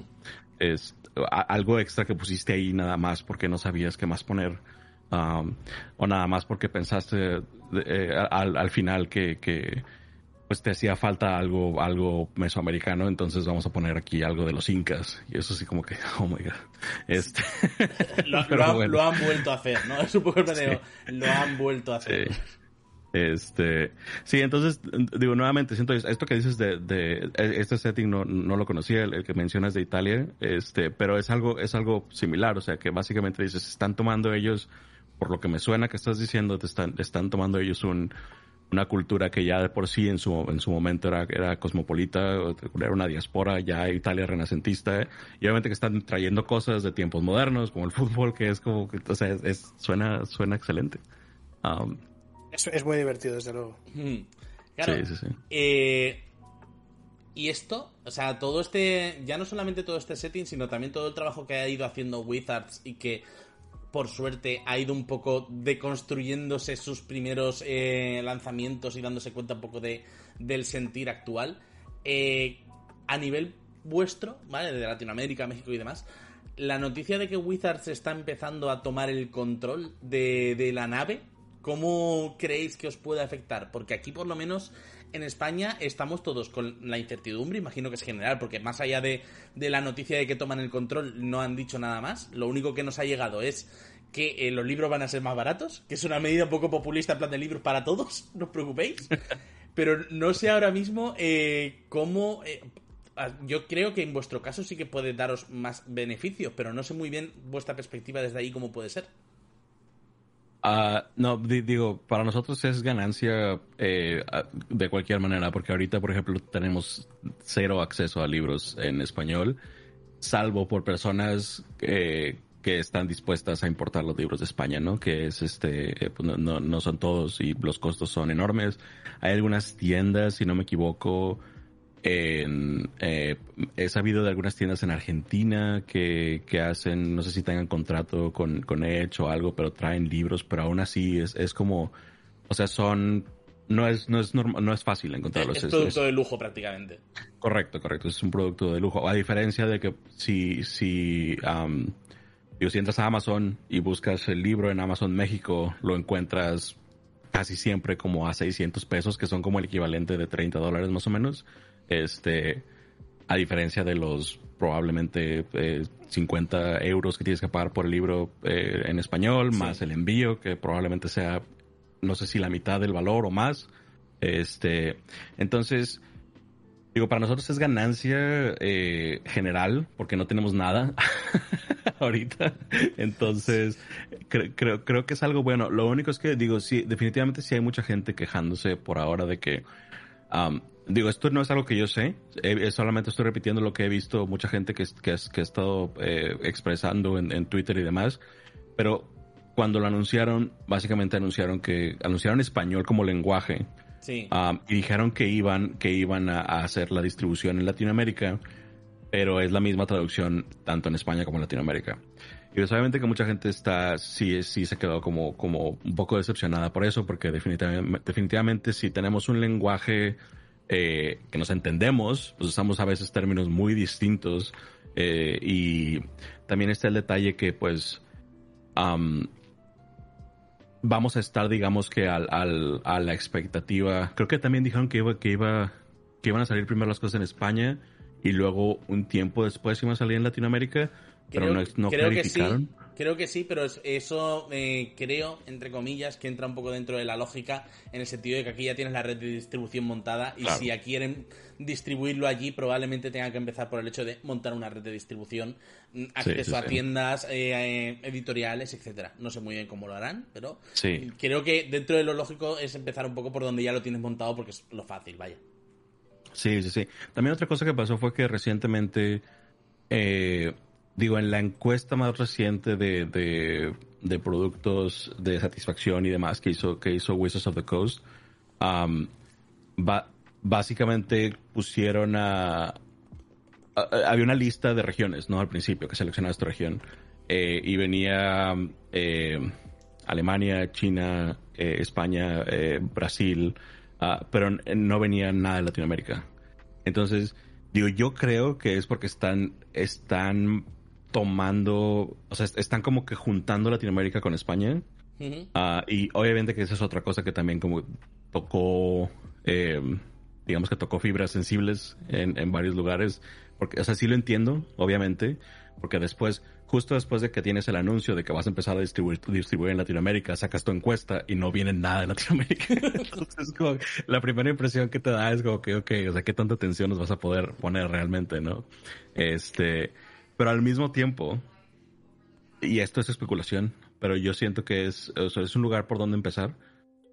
algo extra que pusiste ahí nada más porque no sabías qué más poner, o nada más porque pensaste al final que pues te hacía falta algo mesoamericano, entonces vamos a poner aquí algo de los incas, y eso sí como que oh my god. Lo han vuelto a hacer, ¿no? Es un poco el planeo. Sí. Lo han vuelto a hacer. Sí, entonces, digo, nuevamente, siento esto que dices de este setting no lo conocía, el que mencionas de Italia, pero es algo similar, o sea, que básicamente dices, están tomando ellos, por lo que me suena que estás diciendo, están tomando ellos una cultura que ya de por sí en su momento era cosmopolita, era una diáspora ya Italia renacentista, y obviamente que están trayendo cosas de tiempos modernos, como el fútbol, que es como, o sea, suena excelente. Es muy divertido, desde luego. Claro. Sí. Y esto, o sea, ya no solamente todo este setting, sino también todo el trabajo que ha ido haciendo Wizards y que, por suerte, ha ido un poco deconstruyéndose sus primeros lanzamientos y dándose cuenta un poco del sentir actual. A nivel vuestro, ¿vale? De Latinoamérica, México y demás, la noticia de que Wizards está empezando a tomar el control de la nave, ¿cómo creéis que os puede afectar? Porque aquí, por lo menos, en España estamos todos con la incertidumbre, imagino que es general, porque más allá de la noticia de que toman el control, no han dicho nada más. Lo único que nos ha llegado es que los libros van a ser más baratos, que es una medida un poco populista en plan de libros para todos, no os preocupéis. Pero no sé ahora mismo cómo... yo creo que en vuestro caso sí que puede daros más beneficios, pero no sé muy bien vuestra perspectiva desde ahí cómo puede ser. No, digo, para nosotros es ganancia de cualquier manera, porque ahorita, por ejemplo, tenemos cero acceso a libros en español, salvo por personas que están dispuestas a importar los libros de España, ¿no? Que es pues no son todos y los costos son enormes. Hay algunas tiendas, si no me equivoco, he sabido de algunas tiendas en Argentina que hacen, no sé si tengan contrato con Edge o algo, pero traen libros, pero aún así es como, o sea, no es fácil encontrarlos. Es producto de lujo prácticamente. Correcto, es un producto de lujo. A diferencia de que si entras a Amazon y buscas el libro en Amazon México, lo encuentras casi siempre como a 600 pesos, que son como el equivalente de $30 más o menos. A diferencia de los probablemente 50 euros que tienes que pagar por el libro en español, sí, más el envío, que probablemente sea, no sé si la mitad del valor o más. Entonces, digo, para nosotros es ganancia general, porque no tenemos nada ahorita. Entonces, creo que es algo bueno. Lo único es que, digo, sí, definitivamente sí hay mucha gente quejándose por ahora de que... digo, esto no es algo que yo sé, solamente estoy repitiendo lo que he visto mucha gente que ha estado expresando en Twitter y demás, pero cuando lo anunciaron, básicamente anunciaron español como lenguaje, sí, y dijeron que iban a hacer la distribución en Latinoamérica, pero es la misma traducción tanto en España como en Latinoamérica. Y pues obviamente que mucha gente sí se quedó como un poco decepcionada por eso, porque definitivamente si tenemos un lenguaje que nos entendemos, pues usamos a veces términos muy distintos, y también está el detalle que pues vamos a estar, digamos que a la expectativa. Creo que también dijeron que iban a salir primero las cosas en España y luego un tiempo después iban a salir en Latinoamérica, pero no clarificaron. Creo que sí, pero eso creo, entre comillas, que entra un poco dentro de la lógica, en el sentido de que aquí ya tienes la red de distribución montada y claro, si quieren distribuirlo allí, probablemente tengan que empezar por el hecho de montar una red de distribución, acceso a tiendas, editoriales, etcétera. No sé muy bien cómo lo harán, pero creo que dentro de lo lógico es empezar un poco por donde ya lo tienes montado, porque es lo fácil, vaya. Sí. También otra cosa que pasó fue que recientemente... digo, en la encuesta más reciente de productos de satisfacción y demás que hizo Wizards of the Coast, básicamente pusieron había una lista de regiones, ¿no? Al principio, que seleccionabas tu región. Y venía Alemania, China, España, Brasil, pero no venía nada de Latinoamérica. Entonces, digo, yo creo que es porque están tomando, o sea, están como que juntando Latinoamérica con España. Uh-huh. Y obviamente que esa es otra cosa que también como tocó, digamos que tocó fibras sensibles en varios lugares, porque, o sea, sí lo entiendo, obviamente, porque justo después de que tienes el anuncio de que vas a empezar a distribuir en Latinoamérica, sacas tu encuesta y no viene nada de Latinoamérica. Entonces, como la primera impresión que te da es como que, okay, o sea, ¿qué tanta atención nos vas a poder poner realmente, no? Pero al mismo tiempo, y esto es especulación, pero yo siento que es un lugar por donde empezar.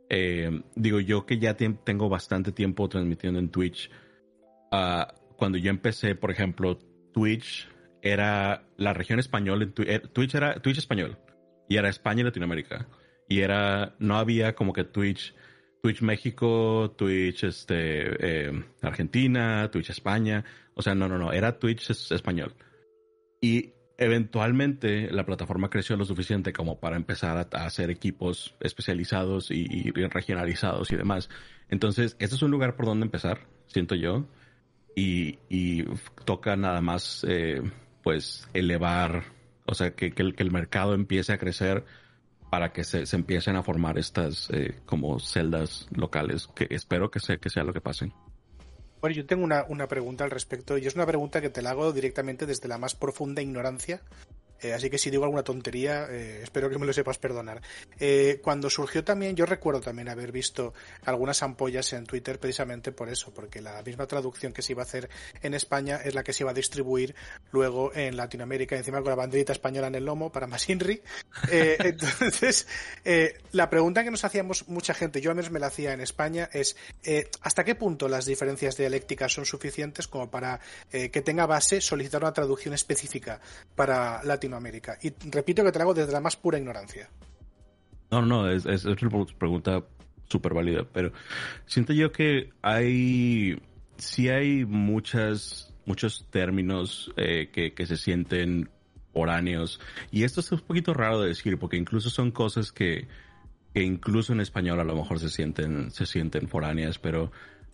Digo, yo que ya tengo bastante tiempo transmitiendo en Twitch, cuando yo empecé, por ejemplo, Twitch era la región española, Twitch era Twitch español, y era España y Latinoamérica, y no había como que Twitch México, Twitch Argentina, Twitch España, o sea, no, era Twitch español. Y eventualmente la plataforma creció lo suficiente como para empezar a hacer equipos especializados y regionalizados y demás. Entonces, este es un lugar por donde empezar, siento yo, y toca nada más pues elevar, o sea, que el mercado empiece a crecer para que se empiecen a formar estas como celdas locales, que espero que sea lo que pase. Bueno, yo tengo una pregunta al respecto, y es una pregunta que te la hago directamente desde la más profunda ignorancia. Así que si digo alguna tontería, espero que me lo sepas perdonar. Cuando surgió también, yo recuerdo también haber visto algunas ampollas en Twitter precisamente por eso, porque la misma traducción que se iba a hacer en España es la que se iba a distribuir luego en Latinoamérica, encima con la banderita española en el lomo para más Inri. Entonces, la pregunta que nos hacíamos mucha gente, yo al menos me la hacía en España, es ¿hasta qué punto las diferencias dialécticas son suficientes como para que tenga base solicitar una traducción específica para Latinoamérica? Y repito que te la hago desde la más pura ignorancia. No, es una pregunta súper válida, pero siento yo que sí hay muchos términos que se sienten foráneos, y esto es un poquito raro de decir, porque incluso son cosas que incluso en español a lo mejor se sienten foráneas, pero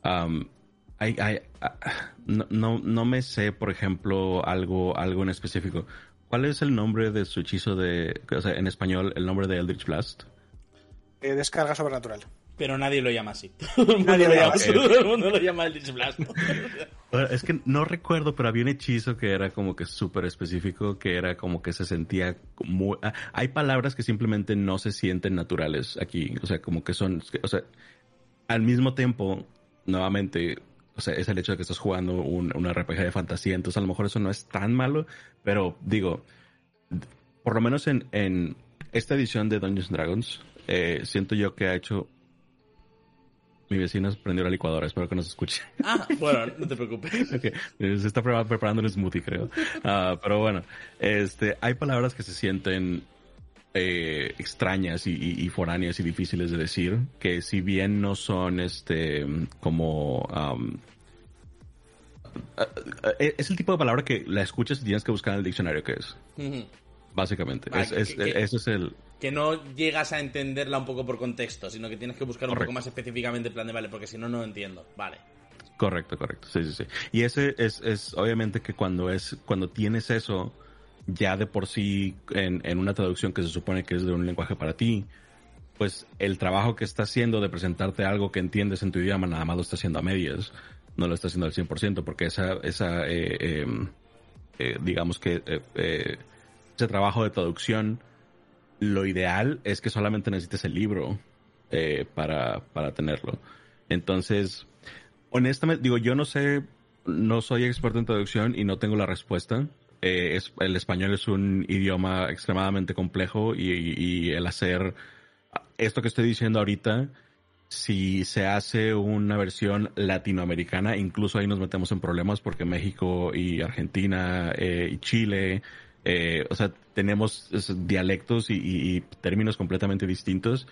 no me sé, por ejemplo, algo en específico. ¿Cuál es el nombre de su hechizo o sea, en español, el nombre de Eldritch Blast? Descarga sobrenatural. Pero nadie lo llama así. Todo el mundo lo llama Eldritch Blast. Bueno, es que no recuerdo, pero había un hechizo que era como que súper específico, que era como que se sentía muy... Hay palabras que simplemente no se sienten naturales aquí, o sea, como que son... O sea, al mismo tiempo, nuevamente... O sea, es el hecho de que estás jugando un RPG de fantasía, entonces a lo mejor eso no es tan malo, pero digo, por lo menos en esta edición de Dungeons & Dragons, siento yo que ha hecho... Mi vecino prendió la licuadora, espero que no se escuche. Bueno, no te preocupes. Okay. Se está preparando un smoothie, creo. Pero bueno, hay palabras que se sienten extrañas y foráneas y difíciles de decir, que si bien no son como es el tipo de palabra que la escuchas y tienes que buscar en el diccionario qué es. Uh-huh. Básicamente. Eso es el... Que no llegas a entenderla un poco por contexto, sino que tienes que buscar un Correcto. poco más específicamente en plan de vale, porque si no entiendo. Vale. Correcto. Sí. Y ese es obviamente que cuando tienes eso, ya de por sí en una traducción que se supone que es de un lenguaje para ti, pues el trabajo que está haciendo de presentarte algo que entiendes en tu idioma nada más lo está haciendo a medias, no lo está haciendo al 100%, porque digamos que ese trabajo de traducción, lo ideal es que solamente necesites el libro para tenerlo. Entonces, honestamente, digo, yo no sé, no soy experto en traducción y no tengo la respuesta. El español es un idioma extremadamente complejo y el hacer esto que estoy diciendo ahorita, si se hace una versión latinoamericana, incluso ahí nos metemos en problemas porque México y Argentina y Chile, o sea, tenemos dialectos y términos completamente distintos.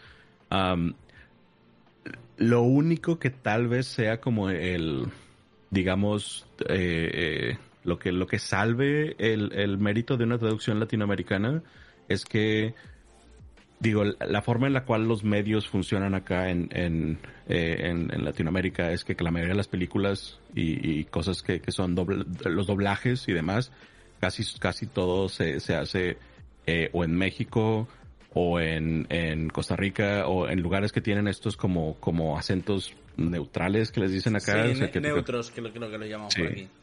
Lo único que tal vez sea como digamos, lo que salve el mérito de una traducción latinoamericana es que, digo, la forma en la cual los medios funcionan acá en Latinoamérica es que la mayoría de las películas y cosas que son los doblajes y demás, casi todo se hace o en México o en Costa Rica o en lugares que tienen estos como acentos neutrales que les dicen acá. Sí, o sea, neutros, que lo llamamos por aquí.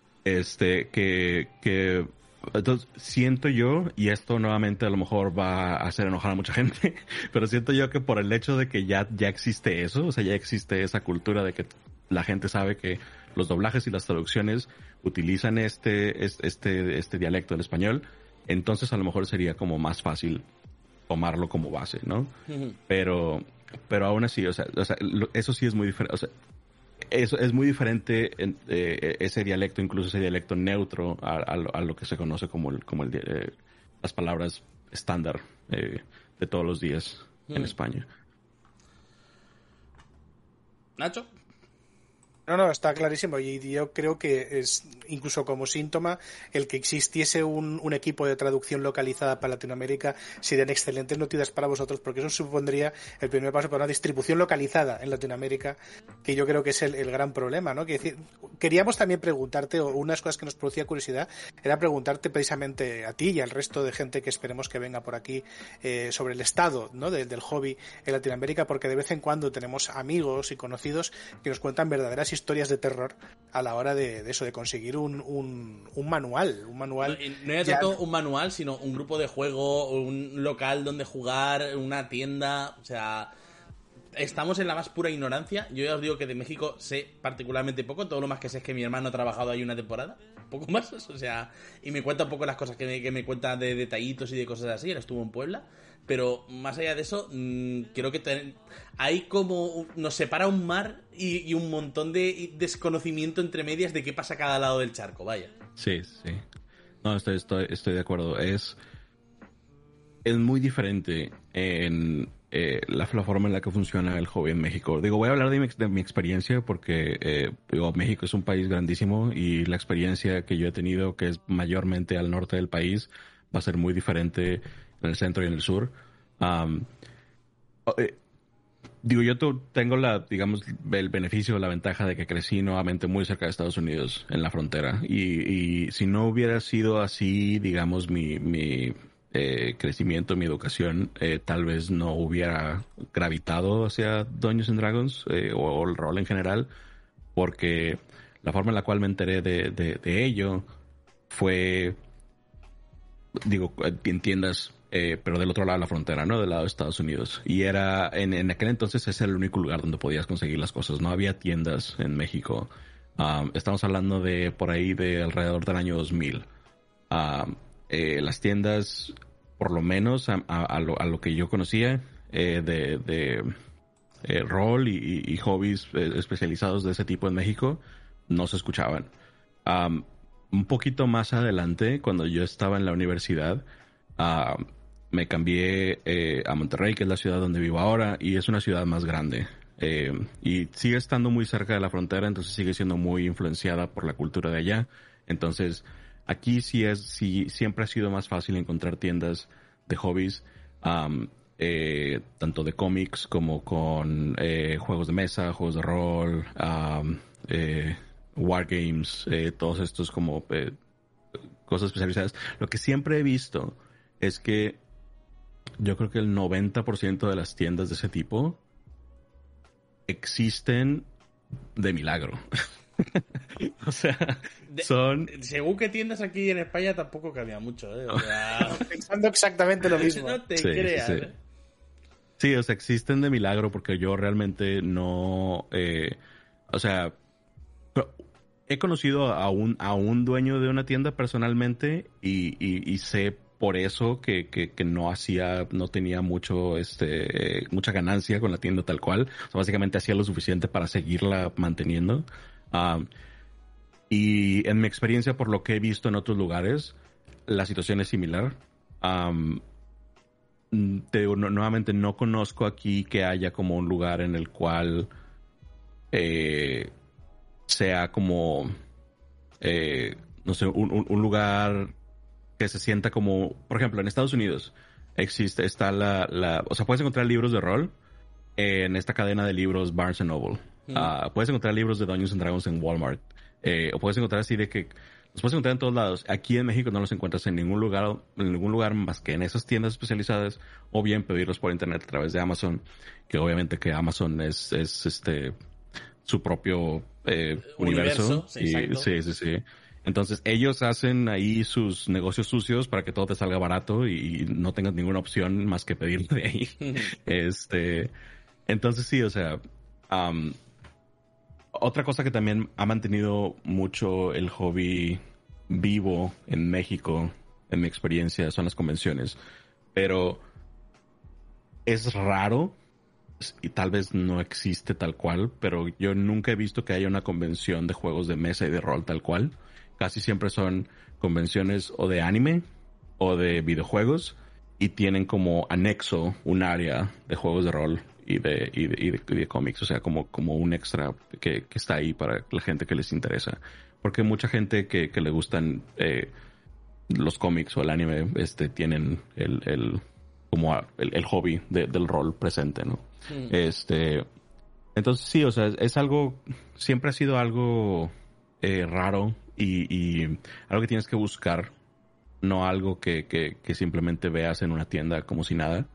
Entonces siento yo, y esto nuevamente a lo mejor va a hacer enojar a mucha gente, pero siento yo que por el hecho de que ya existe eso, o sea, ya existe esa cultura de que la gente sabe que los doblajes y las traducciones utilizan este dialecto del español, entonces a lo mejor sería como más fácil tomarlo como base, ¿no? Uh-huh. Pero Pero aún así, eso sí es muy diferente. O sea, eso es muy diferente ese dialecto, incluso ese dialecto neutro, a lo que se conoce como las palabras estándar de todos los días en España. ¿Nacho? No, está clarísimo. Y yo creo que es incluso como síntoma el que existiese un equipo de traducción localizada para Latinoamérica serían excelentes noticias para vosotros, porque eso supondría el primer paso para una distribución localizada en Latinoamérica, que yo creo que es el gran problema, ¿no? Queríamos también preguntarte, o unas cosas que nos producía curiosidad, era preguntarte precisamente a ti y al resto de gente que esperemos que venga por aquí sobre el estado, ¿no? del hobby en Latinoamérica, porque de vez en cuando tenemos amigos y conocidos que nos cuentan verdaderas historias de terror a la hora de eso, de conseguir un manual. No es tanto un manual, sino un grupo de juego, un local donde jugar, una tienda, o sea... Estamos en la más pura ignorancia. Yo ya os digo que de México sé particularmente poco. Todo lo más que sé es que mi hermano ha trabajado ahí una temporada. Poco más, o sea... Y me cuenta un poco las cosas que me cuenta de detallitos y de cosas así. Él estuvo en Puebla. Pero más allá de eso, creo que hay como... Nos separa un mar y un montón de desconocimiento entre medias de qué pasa a cada lado del charco, vaya. Sí. No, estoy de acuerdo. Es muy diferente en la forma en la que funciona el hobby en México. Digo, voy a hablar de mi experiencia porque México es un país grandísimo y la experiencia que yo he tenido, que es mayormente al norte del país, va a ser muy diferente en el centro y en el sur. Yo tengo el beneficio, la ventaja de que crecí nuevamente muy cerca de Estados Unidos, en la frontera. Y si no hubiera sido así, digamos, mi crecimiento, mi educación, tal vez no hubiera gravitado hacia Dungeons and Dragons o el rol en general, porque la forma en la cual me enteré de ello fue, en tiendas, pero del otro lado de la frontera, ¿no? Del lado de Estados Unidos. Y era, en aquel entonces, ese era el único lugar donde podías conseguir las cosas. No había tiendas en México. Estamos hablando de por ahí de alrededor del año 2000. Las tiendas, por lo menos a lo que yo conocía, de rol y hobbies especializados de ese tipo en México, no se escuchaban. Un poquito más adelante, cuando yo estaba en la universidad, me cambié a Monterrey, que es la ciudad donde vivo ahora, y es una ciudad más grande. Y sigue estando muy cerca de la frontera, entonces sigue siendo muy influenciada por la cultura de allá. Entonces, aquí sí siempre ha sido más fácil encontrar tiendas de hobbies, tanto de cómics como con juegos de mesa, juegos de rol, wargames, todos estos como cosas especializadas. Lo que siempre he visto es que yo creo que el 90% de las tiendas de ese tipo existen de milagro. O sea, son... Según que tiendas aquí en España tampoco cambia mucho, ¿eh? O sea... Pensando exactamente lo mismo. No te creas. Sí. Sí, o sea, existen de milagro porque yo realmente no... o sea, he conocido a un dueño de una tienda personalmente y sé por eso que no tenía mucha ganancia con la tienda tal cual. O sea, básicamente hacía lo suficiente para seguirla manteniendo. Y en mi experiencia, por lo que he visto en otros lugares, la situación es similar. Nuevamente no conozco aquí que haya como un lugar en el cual sea como no sé, un lugar que se sienta como, por ejemplo, en Estados Unidos está o sea, puedes encontrar libros de rol en esta cadena de libros Barnes and Noble. Puedes encontrar libros de Dungeons and Dragons en Walmart, o puedes encontrar así de que los puedes encontrar en todos lados. Aquí en México no los encuentras en ningún lugar más que en esas tiendas especializadas, o bien pedirlos por internet a través de Amazon, que obviamente que Amazon es su propio universo. Sí. Entonces ellos hacen ahí sus negocios sucios para que todo te salga barato y no tengas ninguna opción más que pedirlo de ahí. Entonces sí, o sea, otra cosa que también ha mantenido mucho el hobby vivo en México, en mi experiencia, son las convenciones. Pero es raro y tal vez no existe tal cual, pero yo nunca he visto que haya una convención de juegos de mesa y de rol tal cual. Casi siempre son convenciones o de anime o de videojuegos y tienen como anexo un área de juegos de rol y de cómics, o sea, como un extra que está ahí para la gente que les interesa. Porque mucha gente que le gustan los cómics o el anime tienen el hobby del rol presente, ¿no? Entonces sí, o sea, es algo, siempre ha sido algo raro y algo que tienes que buscar, no algo que simplemente veas en una tienda como si nada.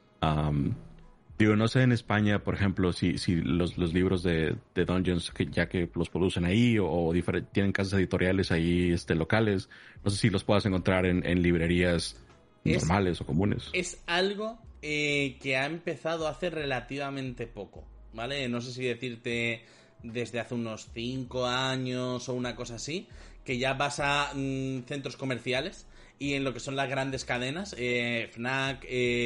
Digo, no sé en España, por ejemplo, si los libros de Dungeons, ya que los producen ahí o tienen casas editoriales ahí locales, no sé si los puedas encontrar en librerías normales o comunes. Es algo que ha empezado hace relativamente poco, ¿vale? No sé si decirte desde hace unos 5 años o una cosa así, que ya vas a centros comerciales y en lo que son las grandes cadenas, Fnac,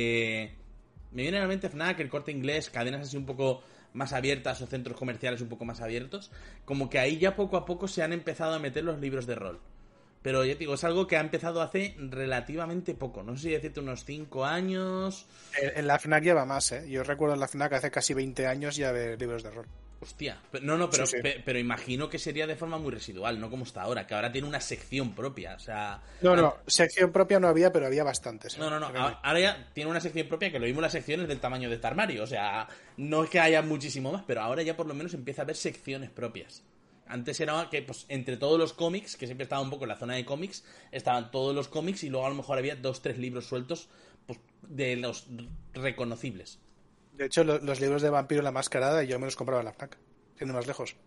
me viene a la mente Fnac, el Corte Inglés, cadenas así un poco más abiertas o centros comerciales un poco más abiertos, como que ahí ya poco a poco se han empezado a meter los libros de rol. Pero ya te digo, es algo que ha empezado hace relativamente poco. No sé si decirte unos 5 años. En la FNAC lleva más, ¿eh? Yo recuerdo en la FNAC hace casi 20 años ya de libros de rol. Hostia. No, pero, Sí. pero imagino que sería de forma muy residual, no como está ahora, que ahora tiene una sección propia. O sea. No, sección propia no había, pero había bastantes. ¿eh? No. Ahora ya tiene una sección propia, que lo mismo las secciones del tamaño de este armario. O sea, no es que haya muchísimo más, pero ahora ya por lo menos empieza a haber secciones propias. Antes era que, pues, entre todos los cómics, que siempre estaba un poco en la zona de cómics, estaban todos los cómics y luego a lo mejor había 2-3 libros sueltos, pues, de los reconocibles. De hecho, los libros de Vampiro la Mascarada yo me los compraba en la FNAC, siendo más lejos.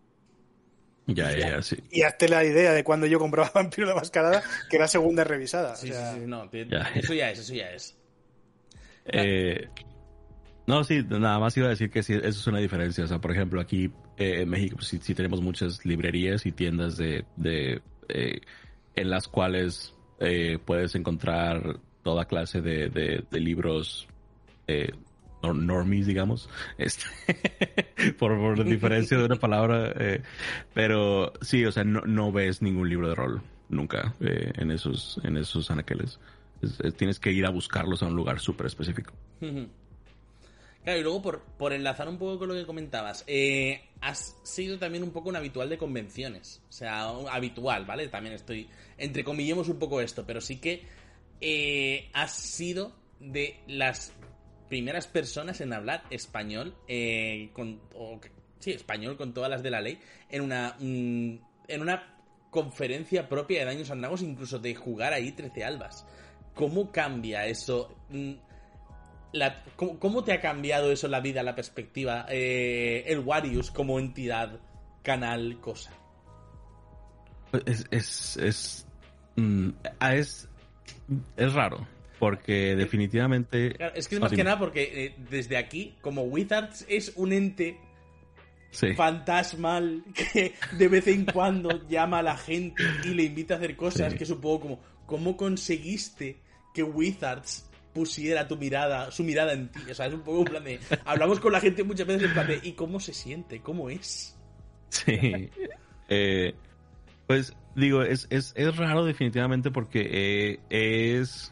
Ya, sí. Y hazte la idea de cuando yo compraba Vampiro la Mascarada, que era segunda revisada. Sí, o sea... sí, no, Ya. eso ya es. No, sí, nada más iba a decir que sí, eso es una diferencia. O sea, por ejemplo, aquí en México pues, sí tenemos muchas librerías y tiendas en las cuales puedes encontrar toda clase de libros normies, digamos, por diferencia de una palabra. Pero sí, o sea, no ves ningún libro de rol nunca en esos anaqueles. Tienes que ir a buscarlos a un lugar súper específico. Claro, y luego por enlazar un poco con lo que comentabas, has sido también un poco un habitual de convenciones. O sea, habitual, ¿vale? También estoy, entrecomillemos un poco esto, pero sí que has sido de las primeras personas en hablar español, español con todas las de la ley, en una conferencia propia de Daños and Dragons, incluso de jugar ahí 13 albas. ¿Cómo cambia eso? ¿Cómo te ha cambiado eso la vida, la perspectiva, el Warius como entidad, canal, cosa? Es raro, porque definitivamente... Claro, es que es más que nada porque desde aquí, como Wizards es un ente fantasmal que de vez en cuando llama a la gente y le invita a hacer cosas, que supongo como, ¿cómo conseguiste que Wizards pusiera su mirada en ti? O sea, es un poco un plan de... Hablamos con la gente muchas veces en plan de... ¿Y cómo se siente? ¿Cómo es? Sí. Pues, digo, es raro definitivamente porque es...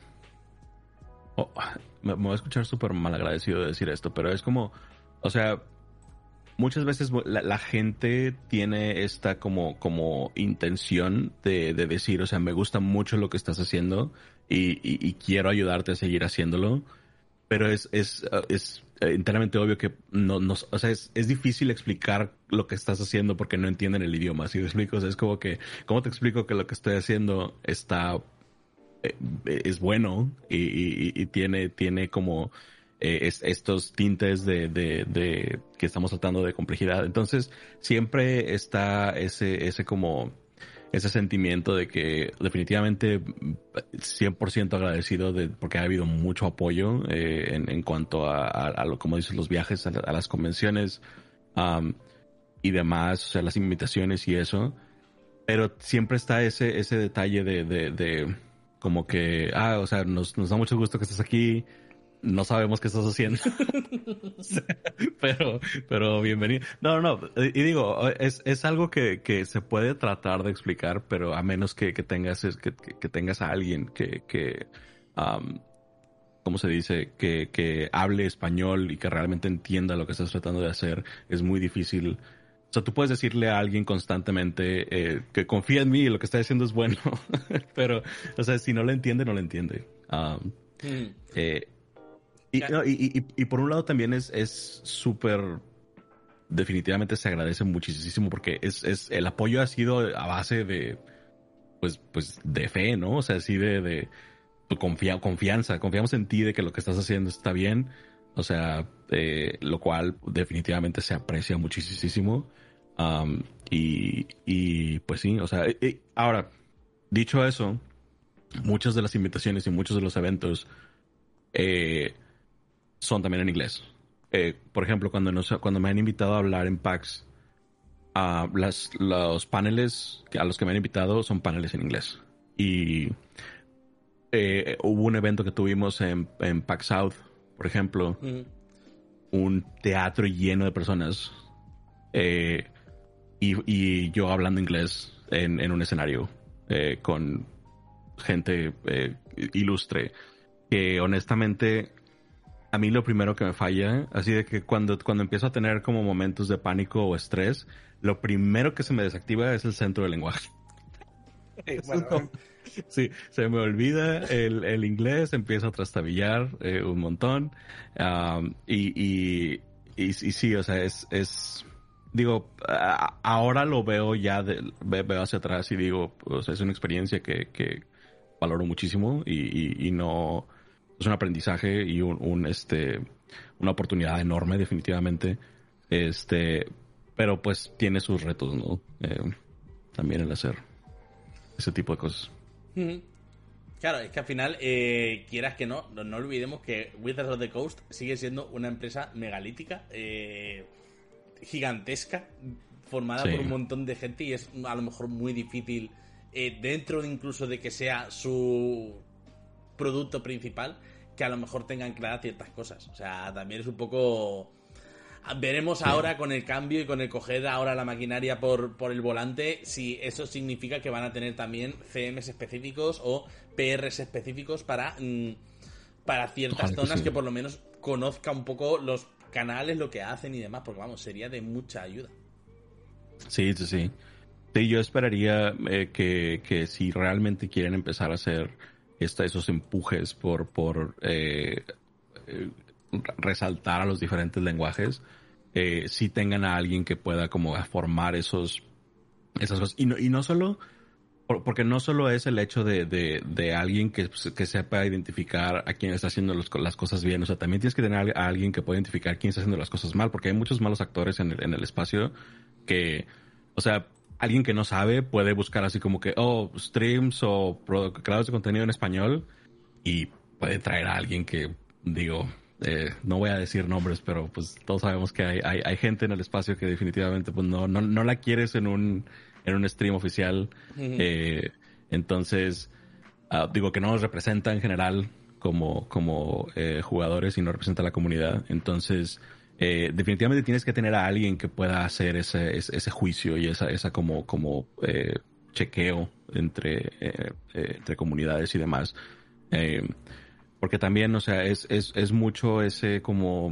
me voy a escuchar súper mal agradecido de decir esto, pero es como... O sea, muchas veces la gente tiene esta como intención de decir, o sea, me gusta mucho lo que estás haciendo y quiero ayudarte a seguir haciéndolo, pero es enteramente obvio que o sea, es difícil explicar lo que estás haciendo porque no entienden el idioma. ¿Sí me explico? O sea, es como que, ¿cómo te explico que lo que estoy haciendo es bueno y tiene como estos tintes de que estamos tratando de complejidad? Entonces siempre está ese sentimiento de que definitivamente 100% agradecido porque ha habido mucho apoyo en cuanto a lo, como dices, los viajes a las convenciones y demás, o sea, las invitaciones y eso, pero siempre está ese detalle de como que, o sea, nos da mucho gusto que estés aquí, no sabemos qué estás haciendo. pero bienvenido. No. Y digo, es algo que se puede tratar de explicar, pero a menos que tengas que tengas a alguien que ¿cómo se dice? Que hable español y que realmente entienda lo que estás tratando de hacer, es muy difícil. O sea, tú puedes decirle a alguien constantemente que confía en mí y lo que está diciendo es bueno, pero, o sea, si no lo entiende, no lo entiende. Y por un lado también es súper, definitivamente se agradece muchísimo porque el apoyo ha sido a base de, pues de fe, ¿no? O sea, así de tu confianza, confiamos en ti de que lo que estás haciendo está bien, o sea, lo cual definitivamente se aprecia muchísimo. Y pues sí, o sea, ahora, dicho eso, muchas de las invitaciones y muchos de los eventos son también en inglés. Por ejemplo, cuando me han invitado a hablar en PAX, los paneles a los que me han invitado son paneles en inglés. Y hubo un evento que tuvimos en PAX South, por ejemplo, un teatro lleno de personas y yo hablando inglés en un escenario con gente ilustre, que honestamente a mí lo primero que me falla, así de que cuando empiezo a tener como momentos de pánico o estrés, lo primero que se me desactiva es el centro del lenguaje. Bueno, Sí, se me olvida el inglés, empiezo a trastabillar un montón. Y sí, o sea, digo, ahora lo veo ya, veo hacia atrás y digo, o sea, es una experiencia que valoro muchísimo y no, es un aprendizaje y una oportunidad enorme, definitivamente. Pero pues tiene sus retos, ¿no? También el hacer ese tipo de cosas. Claro, es que al final, quieras que no olvidemos que Wizards of the Coast sigue siendo una empresa megalítica, gigantesca, formada por un montón de gente y es a lo mejor muy difícil, dentro incluso de que sea su producto principal, que a lo mejor tengan claras ciertas cosas. O sea, también es un poco... Veremos ahora con el cambio y con el coger ahora la maquinaria por el volante si eso significa que van a tener también CMs específicos o PRs específicos para ciertas zonas que por lo menos conozca un poco los canales, lo que hacen y demás, porque vamos, sería de mucha ayuda. Sí. Sí, yo esperaría que si realmente quieren empezar a hacer esos empujes por resaltar a los diferentes lenguajes, sí tengan a alguien que pueda como formar esas cosas. Y no solo, porque no solo es el hecho de alguien que sepa identificar a quién está haciendo las cosas bien, o sea, también tienes que tener a alguien que pueda identificar quién está haciendo las cosas mal, porque hay muchos malos actores en el espacio que, o sea, alguien que no sabe puede buscar así como que, streams o creadores de contenido en español y puede traer a alguien que, digo... no voy a decir nombres, pero pues todos sabemos que hay gente en el espacio que definitivamente pues no la quieres en un stream oficial. Entonces, digo que no nos representa en general como jugadores y no representa a la comunidad. Entonces, definitivamente tienes que tener a alguien que pueda hacer ese juicio y esa como chequeo entre comunidades y demás. Porque también, o sea, es mucho ese como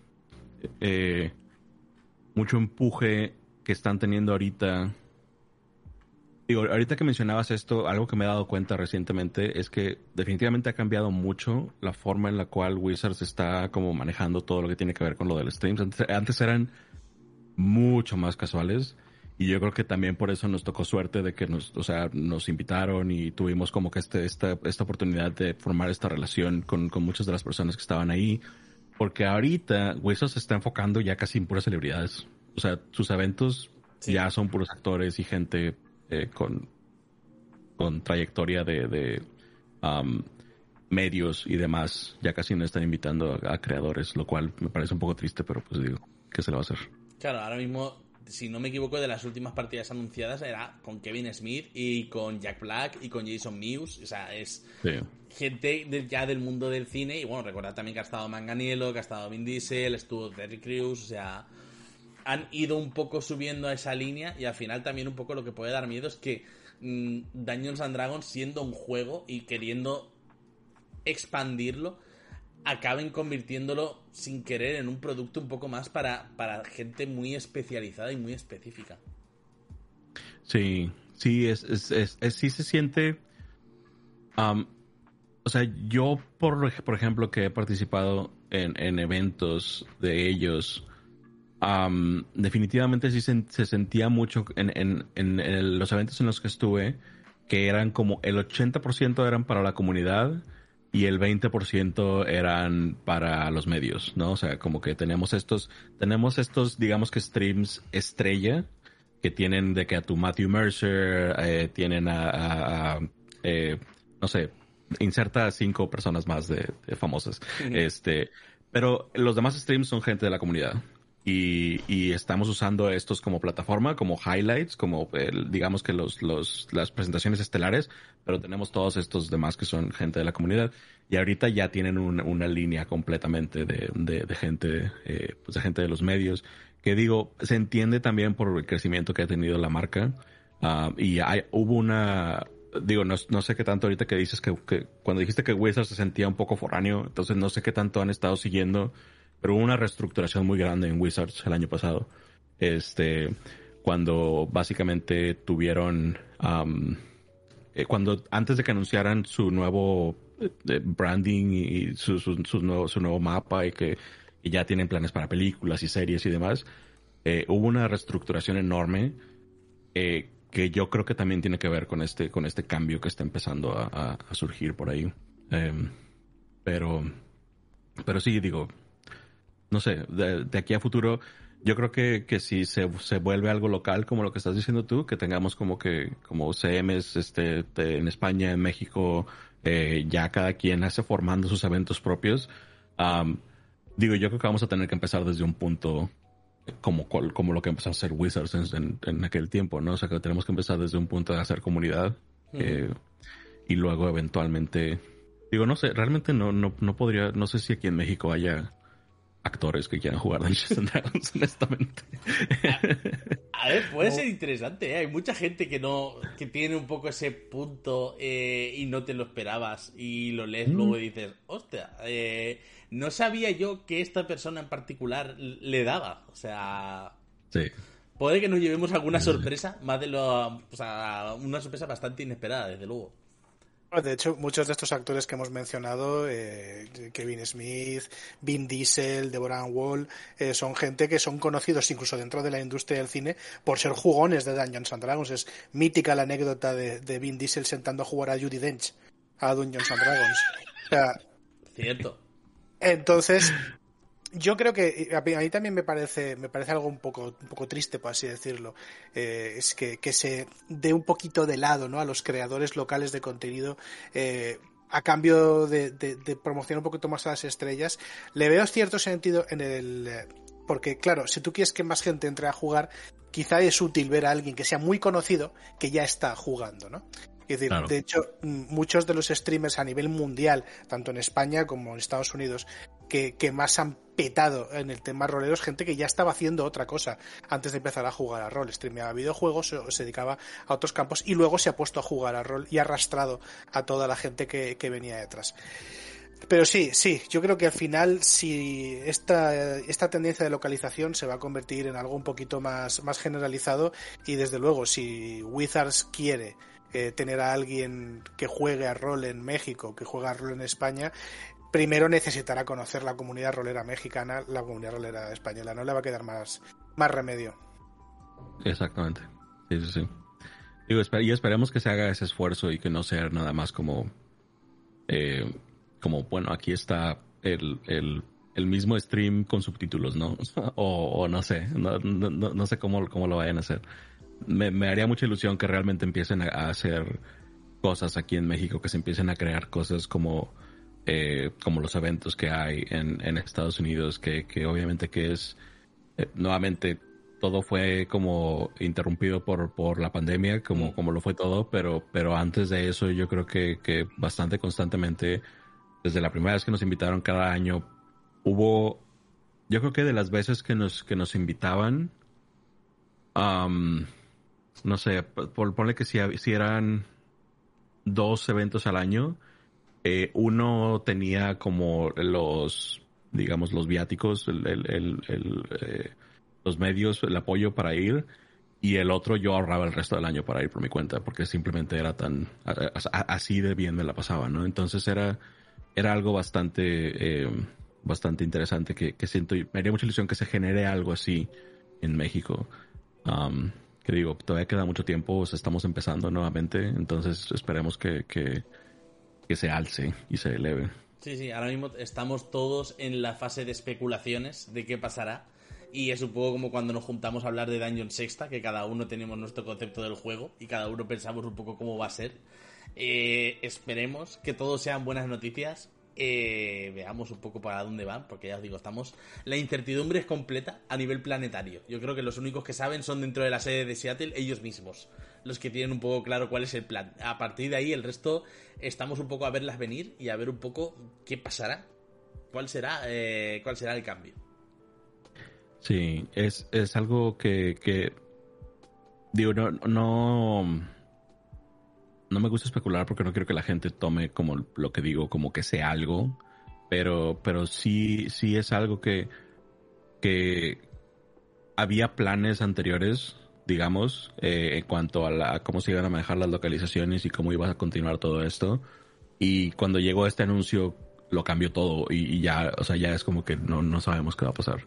mucho empuje que están teniendo ahorita. Digo, ahorita que mencionabas esto, algo que me he dado cuenta recientemente es que definitivamente ha cambiado mucho la forma en la cual Wizards está como manejando todo lo que tiene que ver con lo del streams. Antes eran mucho más casuales. Y yo creo que también por eso nos tocó suerte de que nos invitaron y tuvimos como que esta oportunidad de formar esta relación con muchas de las personas que estaban ahí. Porque ahorita Wizards se está enfocando ya casi en puras celebridades. O sea, sus eventos ya son puros actores y gente con trayectoria de medios y demás. Ya casi no están invitando a creadores, lo cual me parece un poco triste, pero pues digo, ¿qué se le va a hacer? Claro, ahora mismo si no me equivoco, de las últimas partidas anunciadas era con Kevin Smith y con Jack Black y con Jason Mewes. O sea, es gente ya del mundo del cine. Y bueno, recordad también que ha estado Manganiello, que ha estado Vin Diesel, estuvo Terry Crews. O sea, han ido un poco subiendo a esa línea, y al final también un poco lo que puede dar miedo es que Dungeons and Dragons, siendo un juego y queriendo expandirlo, acaben convirtiéndolo sin querer en un producto un poco más para gente muy especializada y muy específica. Sí, sí, sí se siente. O sea, yo, por ejemplo, que he participado en eventos de ellos, definitivamente sí se sentía mucho en los eventos en los que estuve, que eran como el 80% eran para la comunidad y el 20% eran para los medios, ¿no? O sea, como que tenemos estos, digamos que streams estrella, que tienen de que a tu Matthew Mercer, tienen no sé, inserta a 5 personas más de famosas. Uh-huh. Pero los demás streams son gente de la comunidad. Y estamos usando estos como plataforma, como highlights, como digamos que las presentaciones estelares, pero tenemos todos estos demás que son gente de la comunidad. Y ahorita ya tienen una línea completamente de gente, pues de gente de los medios, que digo, se entiende también por el crecimiento que ha tenido la marca. Y hubo una, digo, no sé qué tanto ahorita que dices que cuando dijiste que Wizards se sentía un poco foráneo, entonces no sé qué tanto han estado siguiendo. Pero hubo una reestructuración muy grande en Wizards el año pasado. Cuando básicamente tuvieron, cuando antes de que anunciaran su nuevo branding y su nuevo mapa y que ya tienen planes para películas y series y demás, hubo una reestructuración enorme que yo creo que también tiene que ver con este cambio que está empezando a surgir por ahí. Pero sí, digo, no sé, de aquí a futuro, yo creo que si se vuelve algo local, como lo que estás diciendo tú, que tengamos como CMs en España, en México, ya cada quien hace formando sus eventos propios. Digo, yo creo que vamos a tener que empezar desde un punto como lo que empezó a hacer Wizards en aquel tiempo, ¿no? O sea, que tenemos que empezar desde un punto de hacer comunidad, y luego eventualmente, digo, no sé, realmente no podría, no sé si aquí en México haya actores que quieran jugar Dungeons and Dragons, honestamente. A ver, puede ser interesante, ¿eh? Hay mucha gente que tiene un poco ese punto, y no te lo esperabas y lo lees luego y dices, hostia, no sabía yo que esta persona en particular le daba. O sea, sí. Puede que nos llevemos alguna sorpresa, más de o sea, una sorpresa bastante inesperada, desde luego. De hecho, muchos de estos actores que hemos mencionado, Kevin Smith, Vin Diesel, Deborah Ann Wall, son gente que son conocidos incluso dentro de la industria del cine por ser jugones de Dungeons and Dragons. Es mítica la anécdota de Vin Diesel sentando a jugar a Judi Dench a Dungeons and Dragons. O sea, cierto. Entonces, yo creo que a mí también me parece algo un poco triste, por así decirlo, es que se dé un poquito de lado, ¿no?, a los creadores locales de contenido, a cambio de promocionar un poquito más a las estrellas. Le veo cierto sentido porque claro, si tú quieres que más gente entre a jugar, quizá es útil ver a alguien que sea muy conocido que ya está jugando, ¿no? Es decir, claro. De hecho, muchos de los streamers a nivel mundial, tanto en España como en Estados Unidos, que más han petado en el tema rolero, es gente que ya estaba haciendo otra cosa antes de empezar a jugar a rol. Streameaba videojuegos o se dedicaba a otros campos y luego se ha puesto a jugar a rol y ha arrastrado a toda la gente que venía detrás. Pero sí, yo creo que al final, si esta tendencia de localización se va a convertir en algo un poquito más generalizado, y desde luego, si Wizards quiere tener a alguien que juegue a rol en México, que juegue a rol en España, primero necesitará conocer la comunidad rolera mexicana, la comunidad rolera española. No le va a quedar más remedio. Exactamente. Sí. Digo, y esperemos que se haga ese esfuerzo y que no sea nada más como bueno, aquí está el mismo stream con subtítulos, ¿no? o no sé, no sé cómo lo vayan a hacer. Me haría mucha ilusión que realmente empiecen a hacer cosas aquí en México, que se empiecen a crear cosas como los eventos que hay en Estados Unidos, que obviamente que es nuevamente todo fue como interrumpido por la pandemia, como lo fue todo, pero antes de eso yo creo que bastante constantemente, desde la primera vez que nos invitaron cada año, yo creo que de las veces que nos invitaban, no sé, ponle que si eran 2 eventos al año, uno tenía como digamos, los viáticos, los medios, el apoyo para ir, y el otro yo ahorraba el resto del año para ir por mi cuenta, porque simplemente era así de bien me la pasaba, ¿no? Entonces era algo bastante interesante que siento, y me haría mucha ilusión que se genere algo así en México. Que digo, todavía queda mucho tiempo, o sea, estamos empezando nuevamente, entonces esperemos que se alce y se eleve. Sí, ahora mismo estamos todos en la fase de especulaciones de qué pasará. Y es un poco como cuando nos juntamos a hablar de Dungeon Sexta, que cada uno tenemos nuestro concepto del juego y cada uno pensamos un poco cómo va a ser. Esperemos que todos sean buenas noticias. Veamos un poco para dónde van, porque ya os digo, la incertidumbre es completa a nivel planetario. Yo creo que los únicos que saben son dentro de la sede de Seattle ellos mismos, los que tienen un poco claro cuál es el plan. A partir de ahí el resto estamos un poco a verlas venir y a ver un poco qué pasará, cuál será el cambio. Sí, es algo que digo, no me gusta especular porque no quiero que la gente tome como lo que digo como que sea algo, pero sí es algo que había planes anteriores, digamos, en cuanto a cómo se iban a manejar las localizaciones y cómo iba a continuar todo esto. Y cuando llegó este anuncio lo cambió todo y ya, o sea, ya es como que no sabemos qué va a pasar.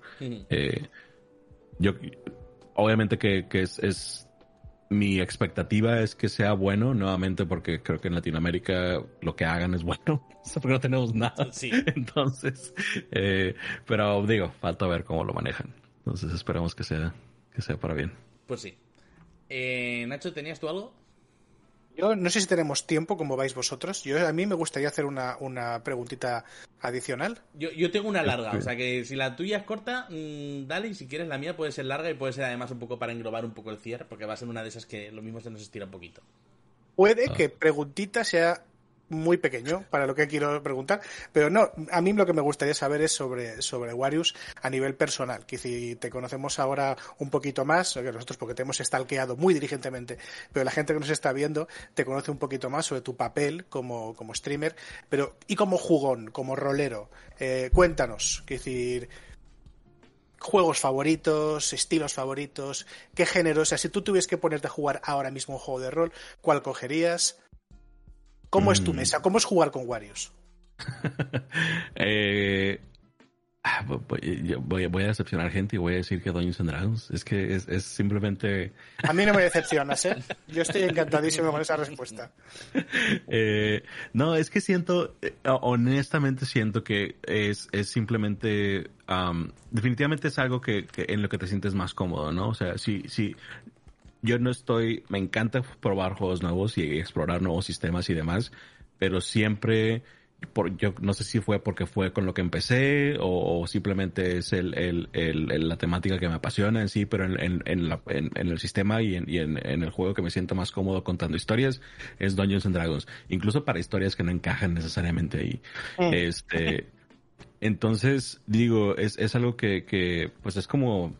Yo obviamente que es mi expectativa es que sea bueno nuevamente, porque creo que en Latinoamérica lo que hagan es bueno, porque no tenemos nada. Sí. Entonces, pero digo, falta ver cómo lo manejan. Entonces esperamos que sea para bien. Pues sí. Nacho, ¿tenías tú algo? Yo no sé si tenemos tiempo, como vais vosotros. A mí me gustaría hacer una preguntita adicional. Yo tengo una larga, o sea que si la tuya es corta, dale, y si quieres la mía puede ser larga y puede ser además un poco para englobar un poco el cierre, porque va a ser una de esas que lo mismo se nos estira un poquito. Puede que preguntita sea muy pequeño para lo que quiero preguntar, pero no, a mí lo que me gustaría saber es sobre Warius a nivel personal, que si te conocemos ahora un poquito más, que nosotros porque te hemos stalkeado muy diligentemente, pero la gente que nos está viendo te conoce un poquito más sobre tu papel como streamer, pero y como jugón, como rolero, cuéntanos, que decir, juegos favoritos, estilos favoritos, qué géneros, o sea, si tú tuvieses que ponerte a jugar ahora mismo un juego de rol, ¿cuál cogerías? ¿Cómo es tu mesa? ¿Cómo es jugar con Warius? Voy a decepcionar gente y voy a decir que Dungeons and Dragons. Es que es simplemente... A mí no me decepcionas, ¿eh? Yo estoy encantadísimo con esa respuesta. No, es que honestamente siento que es simplemente... definitivamente es algo que en lo que te sientes más cómodo, ¿no? O sea, si yo me encanta probar juegos nuevos y explorar nuevos sistemas y demás, pero siempre, yo no sé si fue porque fue con lo que empecé o simplemente es la temática que me apasiona en sí, pero en el sistema y en el juego que me siento más cómodo contando historias es Dungeons and Dragons, incluso para historias que no encajan necesariamente ahí. Entonces, digo, es algo que pues es como...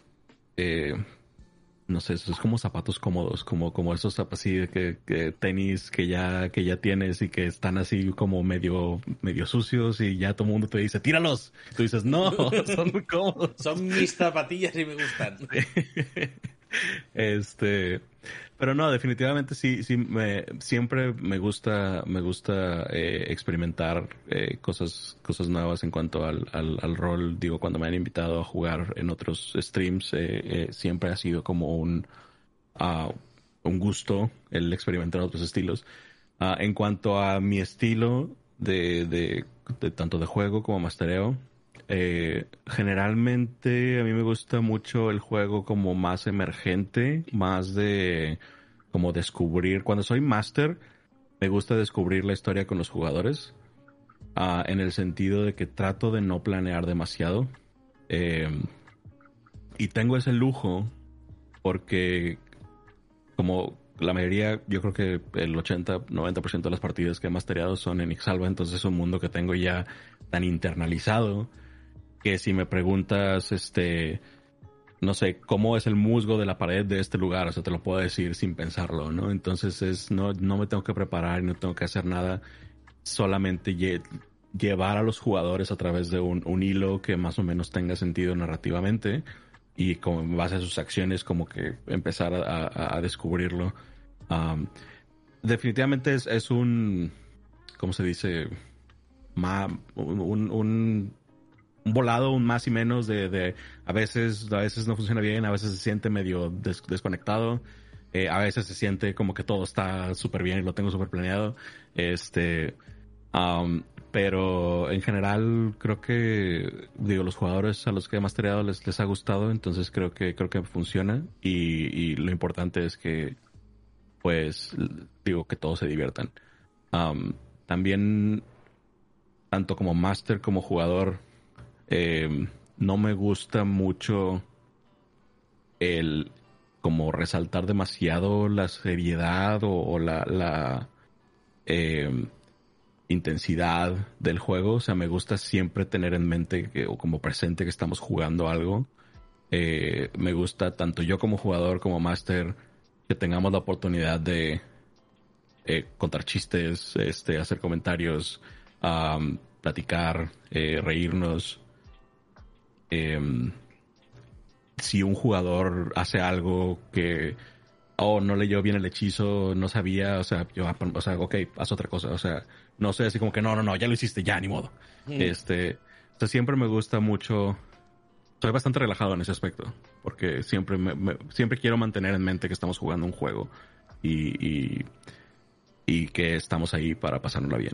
no sé, eso es como zapatos cómodos, como esos zapatos así que tenis que ya tienes y que están así como medio sucios y ya todo el mundo te dice, tíralos. Tú dices, no, son muy cómodos. Son mis zapatillas y me gustan. Pero no, definitivamente sí, siempre me gusta experimentar cosas nuevas en cuanto al rol. Digo, cuando me han invitado a jugar en otros streams, siempre ha sido como un gusto el experimentar otros estilos. En cuanto a mi estilo de tanto de juego como mastereo, generalmente a mí me gusta mucho el juego como más emergente, más de como descubrir. Cuando soy master, me gusta descubrir la historia con los jugadores, en el sentido de que trato de no planear demasiado, y tengo ese lujo porque como la mayoría, yo creo que el 80-90% de las partidas que he mastereado son en Ixalva, entonces es un mundo que tengo ya tan internalizado que si me preguntas, no sé, cómo es el musgo de la pared de este lugar, o sea, te lo puedo decir sin pensarlo, ¿no? Entonces no me tengo que preparar y no tengo que hacer nada, solamente llevar a los jugadores a través de un hilo que más o menos tenga sentido narrativamente y como en base a sus acciones como que empezar a descubrirlo. Definitivamente es un, ¿cómo se dice? Un volado, un más y menos de a veces no funciona bien, a veces se siente medio desconectado, a veces se siente como que todo está súper bien y lo tengo súper planeado. Pero en general creo que, digo, los jugadores a los que he mastereado les ha gustado, entonces creo que funciona y lo importante es que, pues, digo, que todos se diviertan. También, tanto como máster como jugador, no me gusta mucho el como resaltar demasiado la seriedad o la intensidad del juego. O sea, me gusta siempre tener en mente o como presente que estamos jugando algo. Me gusta tanto yo como jugador como máster que tengamos la oportunidad de contar chistes, hacer comentarios, platicar, reírnos. Si un jugador hace algo que no leyó bien el hechizo, no sabía, o sea, ok, haz otra cosa, o sea, no sé, así como que no, ya lo hiciste, ya, ni modo. O sea, siempre me gusta mucho, soy bastante relajado en ese aspecto, porque siempre siempre quiero mantener en mente que estamos jugando un juego y que estamos ahí para pasárnosla bien.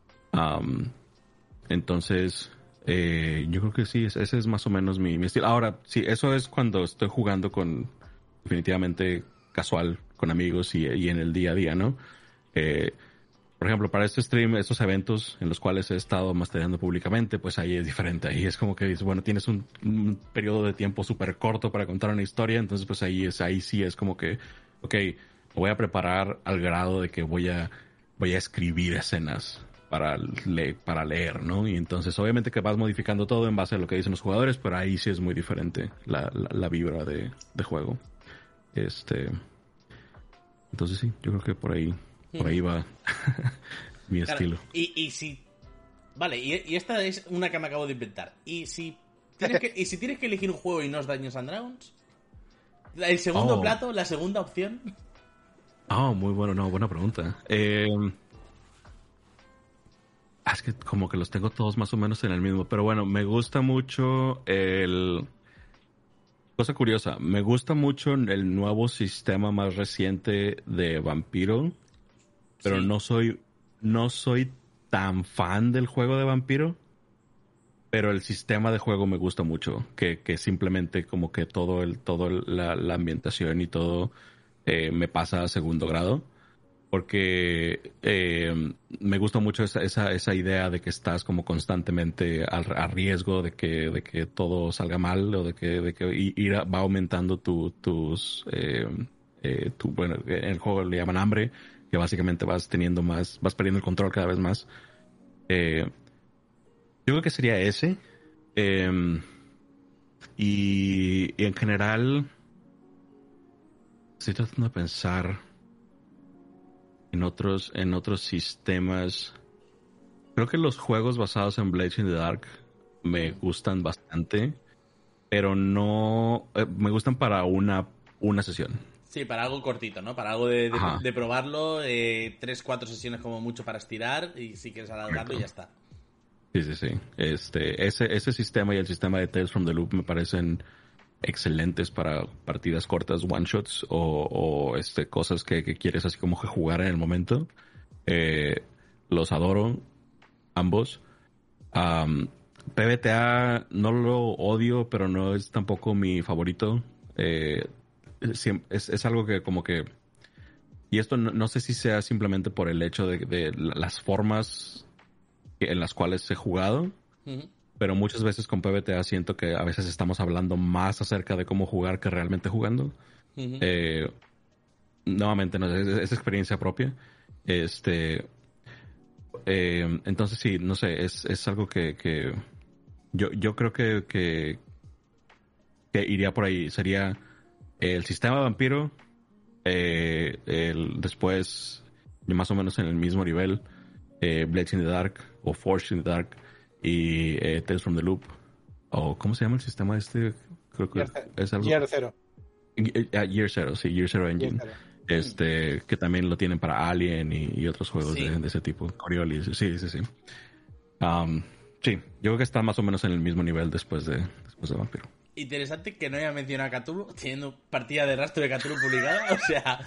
Entonces, yo creo que sí, ese es más o menos mi estilo. Ahora, sí, eso es cuando estoy jugando definitivamente casual, con amigos y en el día a día, ¿no? Por ejemplo, para este stream, estos eventos en los cuales he estado mastereando públicamente, pues ahí es diferente. Ahí es como que dices, bueno, tienes un periodo de tiempo súper corto para contar una historia, entonces pues ahí sí es como que, ok, me voy a preparar al grado de que voy a escribir escenas para leer, ¿no? Y entonces obviamente que vas modificando todo en base a lo que dicen los jugadores, pero ahí sí es muy diferente la vibra de juego. Entonces sí, yo creo que por ahí va mi estilo. Y si... Vale, y esta es una que me acabo de inventar. ¿Y si tienes que elegir un juego y no es Dungeons and Dragons? ¿El segundo plato? ¿La segunda opción? Muy bueno, no, buena pregunta. Es que como que los tengo todos más o menos en el mismo. Pero bueno, me gusta mucho cosa curiosa, me gusta mucho el nuevo sistema más reciente de Vampiro. Pero sí. no soy tan fan del juego de Vampiro. Pero el sistema de juego me gusta mucho. Que simplemente como que la ambientación y todo me pasa a segundo grado. Porque me gusta mucho esa idea de que estás como constantemente a riesgo de que todo salga mal o de que va aumentando tus bueno, en el juego le llaman hambre, que básicamente vas perdiendo el control cada vez más. Yo creo que sería ese. Y en general estoy tratando de pensar en otros sistemas. Creo que los juegos basados en Blades in the Dark me gustan bastante, pero no me gustan para una sesión. Sí, para algo cortito, ¿no? Para algo de probarlo, 3-4 sesiones como mucho para estirar, y si quieres alargarlo y ya está. Sí. Ese sistema y el sistema de Tales from the Loop me parecen excelentes para partidas cortas, one shots o cosas que quieres así como que jugar en el momento. Los adoro ambos. PBTA no lo odio, pero no es tampoco mi favorito. Es algo que como que, y esto no sé si sea simplemente por el hecho de las formas en las cuales he jugado. Uh-huh. Pero muchas veces con PBTA siento que a veces estamos hablando más acerca de cómo jugar que realmente jugando. Nuevamente, no, es experiencia propia. Entonces sí, no sé, es algo que yo creo que iría por ahí. Sería el sistema vampiro, después más o menos en el mismo nivel, Blades in the Dark o Forged in the Dark y Tales from the Loop, o ¿cómo se llama el sistema este? Creo que es algo... Year Zero. Year Zero, sí, Year Zero Engine. Year Zero. Que también lo tienen para Alien y otros juegos Sí. de ese tipo. Coriolis, sí. Sí, yo creo que está más o menos en el mismo nivel después de Vampiro. Interesante que no haya mencionado a Cthulhu teniendo partida de rastro de Cthulhu publicada. O sea,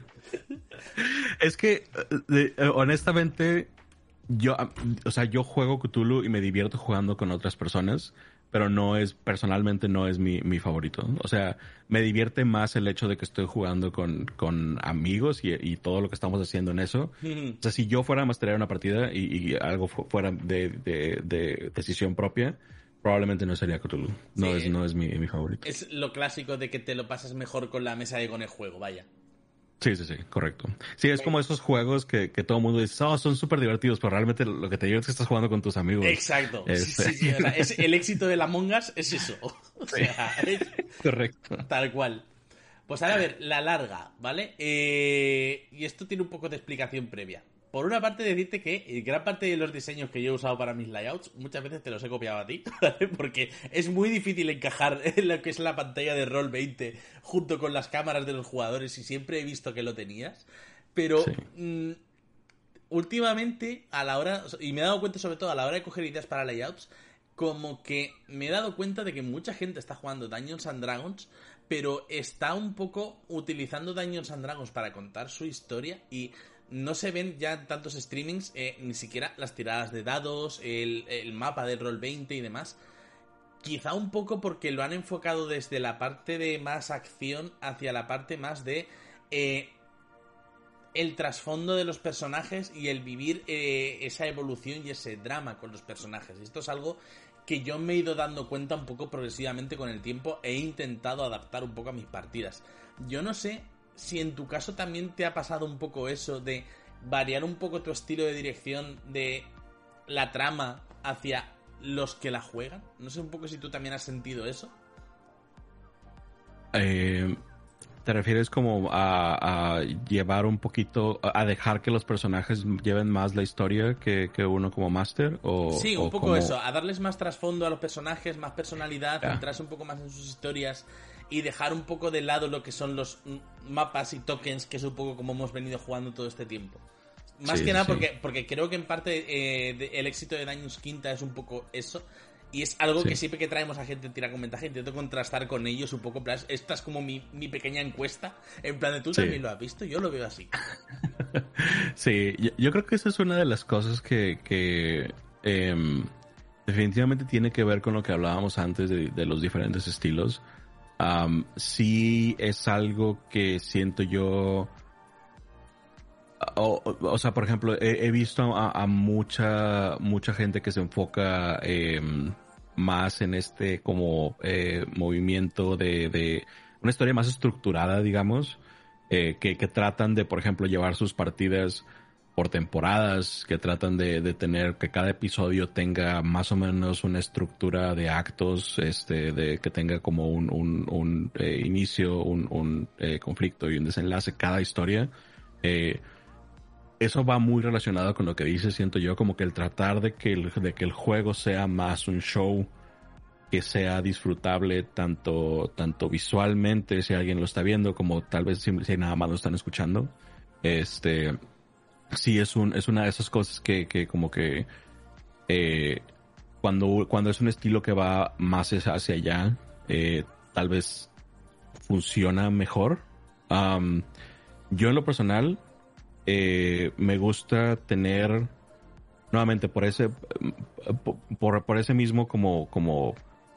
Es que, honestamente, yo juego Cthulhu y me divierto jugando con otras personas, pero personalmente no es mi favorito. O sea, me divierte más el hecho de que estoy jugando con amigos y todo lo que estamos haciendo en eso. O sea, si yo fuera a masterear una partida y algo fuera de decisión propia, probablemente no sería Cthulhu. No es mi favorito. es lo clásico de que te lo pasas mejor con la mesa de con el juego, vaya. Sí, correcto. Sí, es como esos juegos que todo el mundo dice, son súper divertidos, pero realmente lo que te diviertes es que estás jugando con tus amigos. Exacto. Sí. O sea, el éxito del Among Us es eso. O sea, correcto. Tal cual. Pues ahora a ver, la larga, ¿vale? Y esto tiene un poco de explicación previa. Por una parte, decirte que gran parte de los diseños que yo he usado para mis layouts, muchas veces te los he copiado a ti, ¿vale? Porque es muy difícil encajar en lo que es la pantalla de Roll20 junto con las cámaras de los jugadores y siempre he visto que lo tenías. Pero últimamente, a la hora, y me he dado cuenta sobre todo a la hora de coger ideas para layouts, como que me he dado cuenta de que mucha gente está jugando Dungeons and Dragons, pero está un poco utilizando Dungeons and Dragons para contar su historia y no se ven ya en tantos streamings ni siquiera las tiradas de dados, el mapa del Roll20 y demás. Quizá un poco porque lo han enfocado desde la parte de más acción hacia la parte más de el trasfondo de los personajes y el vivir esa evolución y ese drama con los personajes. Y esto es algo que yo me he ido dando cuenta un poco progresivamente con el tiempo. He intentado adaptar un poco a mis partidas. Yo no sé si en tu caso también te ha pasado un poco eso de variar un poco tu estilo de dirección de la trama hacia los que la juegan. No sé un poco si tú también has sentido eso. ¿Te refieres como a llevar un poquito, a dejar que los personajes lleven más la historia que uno como máster? Sí, un poco como... eso, a darles más trasfondo a los personajes, más personalidad, centrarse un poco más en sus historias y dejar un poco de lado lo que son los mapas y tokens, que es un poco como hemos venido jugando todo este tiempo. Más que nada porque creo que en parte el éxito de Dungeons Quinta es un poco eso. Y es algo que siempre que traemos a gente tira con ventaja intento contrastar con ellos un poco. En plan, esta es como mi pequeña encuesta. En plan de tú también lo has visto, yo lo veo así. Sí, yo creo que esa es una de las cosas que definitivamente tiene que ver con lo que hablábamos antes de los diferentes estilos. Sí es algo que siento yo... O sea, por ejemplo, he visto a mucha gente que se enfoca más en este como movimiento de una historia más estructurada, digamos, que tratan de, por ejemplo, llevar sus partidas por temporadas, que tratan de tener que cada episodio tenga más o menos una estructura de actos, de que tenga como un inicio, un conflicto y un desenlace cada historia. Eso va muy relacionado con lo que dice, siento yo, como que el tratar de que el juego sea más un show que sea disfrutable tanto visualmente si alguien lo está viendo como tal vez si nada más lo están escuchando. Sí es una de esas cosas que como que cuando es un estilo que va más hacia allá, tal vez funciona mejor. Yo en lo personal me gusta tener nuevamente por ese mismo como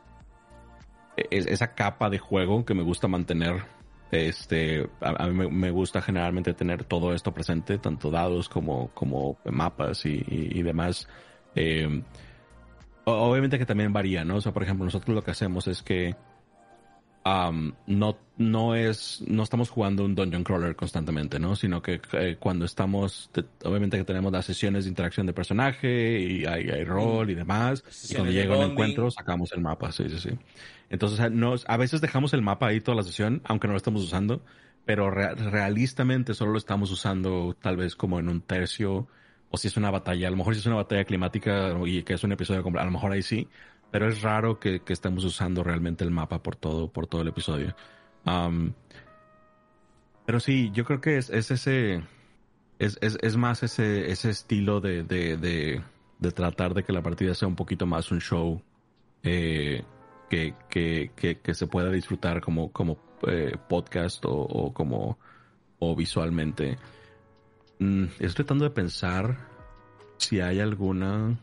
esa capa de juego que me gusta mantener. A mí me gusta generalmente tener todo esto presente, tanto dados como mapas y demás. Obviamente que también varía, ¿no? O sea, por ejemplo, nosotros lo que hacemos es que no estamos jugando un dungeon crawler constantemente, ¿no? Sino que cuando estamos, obviamente que tenemos las sesiones de interacción de personaje y hay rol y demás, y cuando llega un encuentro sacamos el mapa, sí. Entonces a veces dejamos el mapa ahí toda la sesión, aunque no lo estemos usando, pero realistamente solo lo estamos usando tal vez como en un tercio, o si es una batalla, a lo mejor si es una batalla climática y que es un episodio completo, a lo mejor ahí sí, pero es raro que estemos usando realmente el mapa por todo el episodio. Pero sí, yo creo que es más ese estilo de tratar de que la partida sea un poquito más un show que se pueda disfrutar como podcast o visualmente. Estoy tratando de pensar si hay alguna...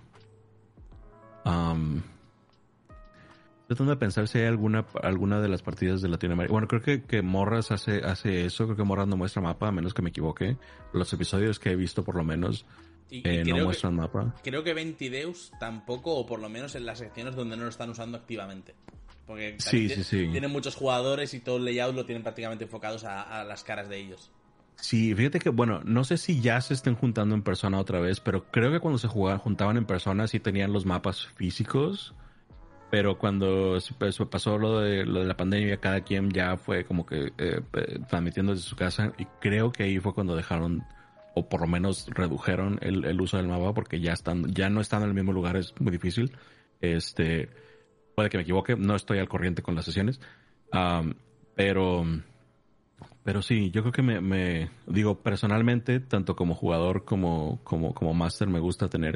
Tratando de pensar si hay alguna de las partidas de Latinoamérica. Bueno, creo que Morras hace eso. Creo que Morras no muestra mapa, a menos que me equivoque. Los episodios que he visto, por lo menos, no muestran mapa. Creo que Ventideus tampoco, o por lo menos en las secciones donde no lo están usando activamente. Porque sí. Tienen muchos jugadores y todo el layout lo tienen prácticamente enfocados a las caras de ellos. Sí, fíjate que, bueno, no sé si ya se estén juntando en persona otra vez, pero creo que cuando se juntaban en persona sí tenían los mapas físicos. Pero cuando pasó lo de la pandemia, cada quien ya fue como que transmitiendo desde su casa. Y creo que ahí fue cuando dejaron, o por lo menos redujeron el uso del mapa, porque ya no están en el mismo lugar, es muy difícil. Puede que me equivoque, no estoy al corriente con las sesiones. Pero sí, yo creo que me digo, personalmente, tanto como jugador como máster, me gusta tener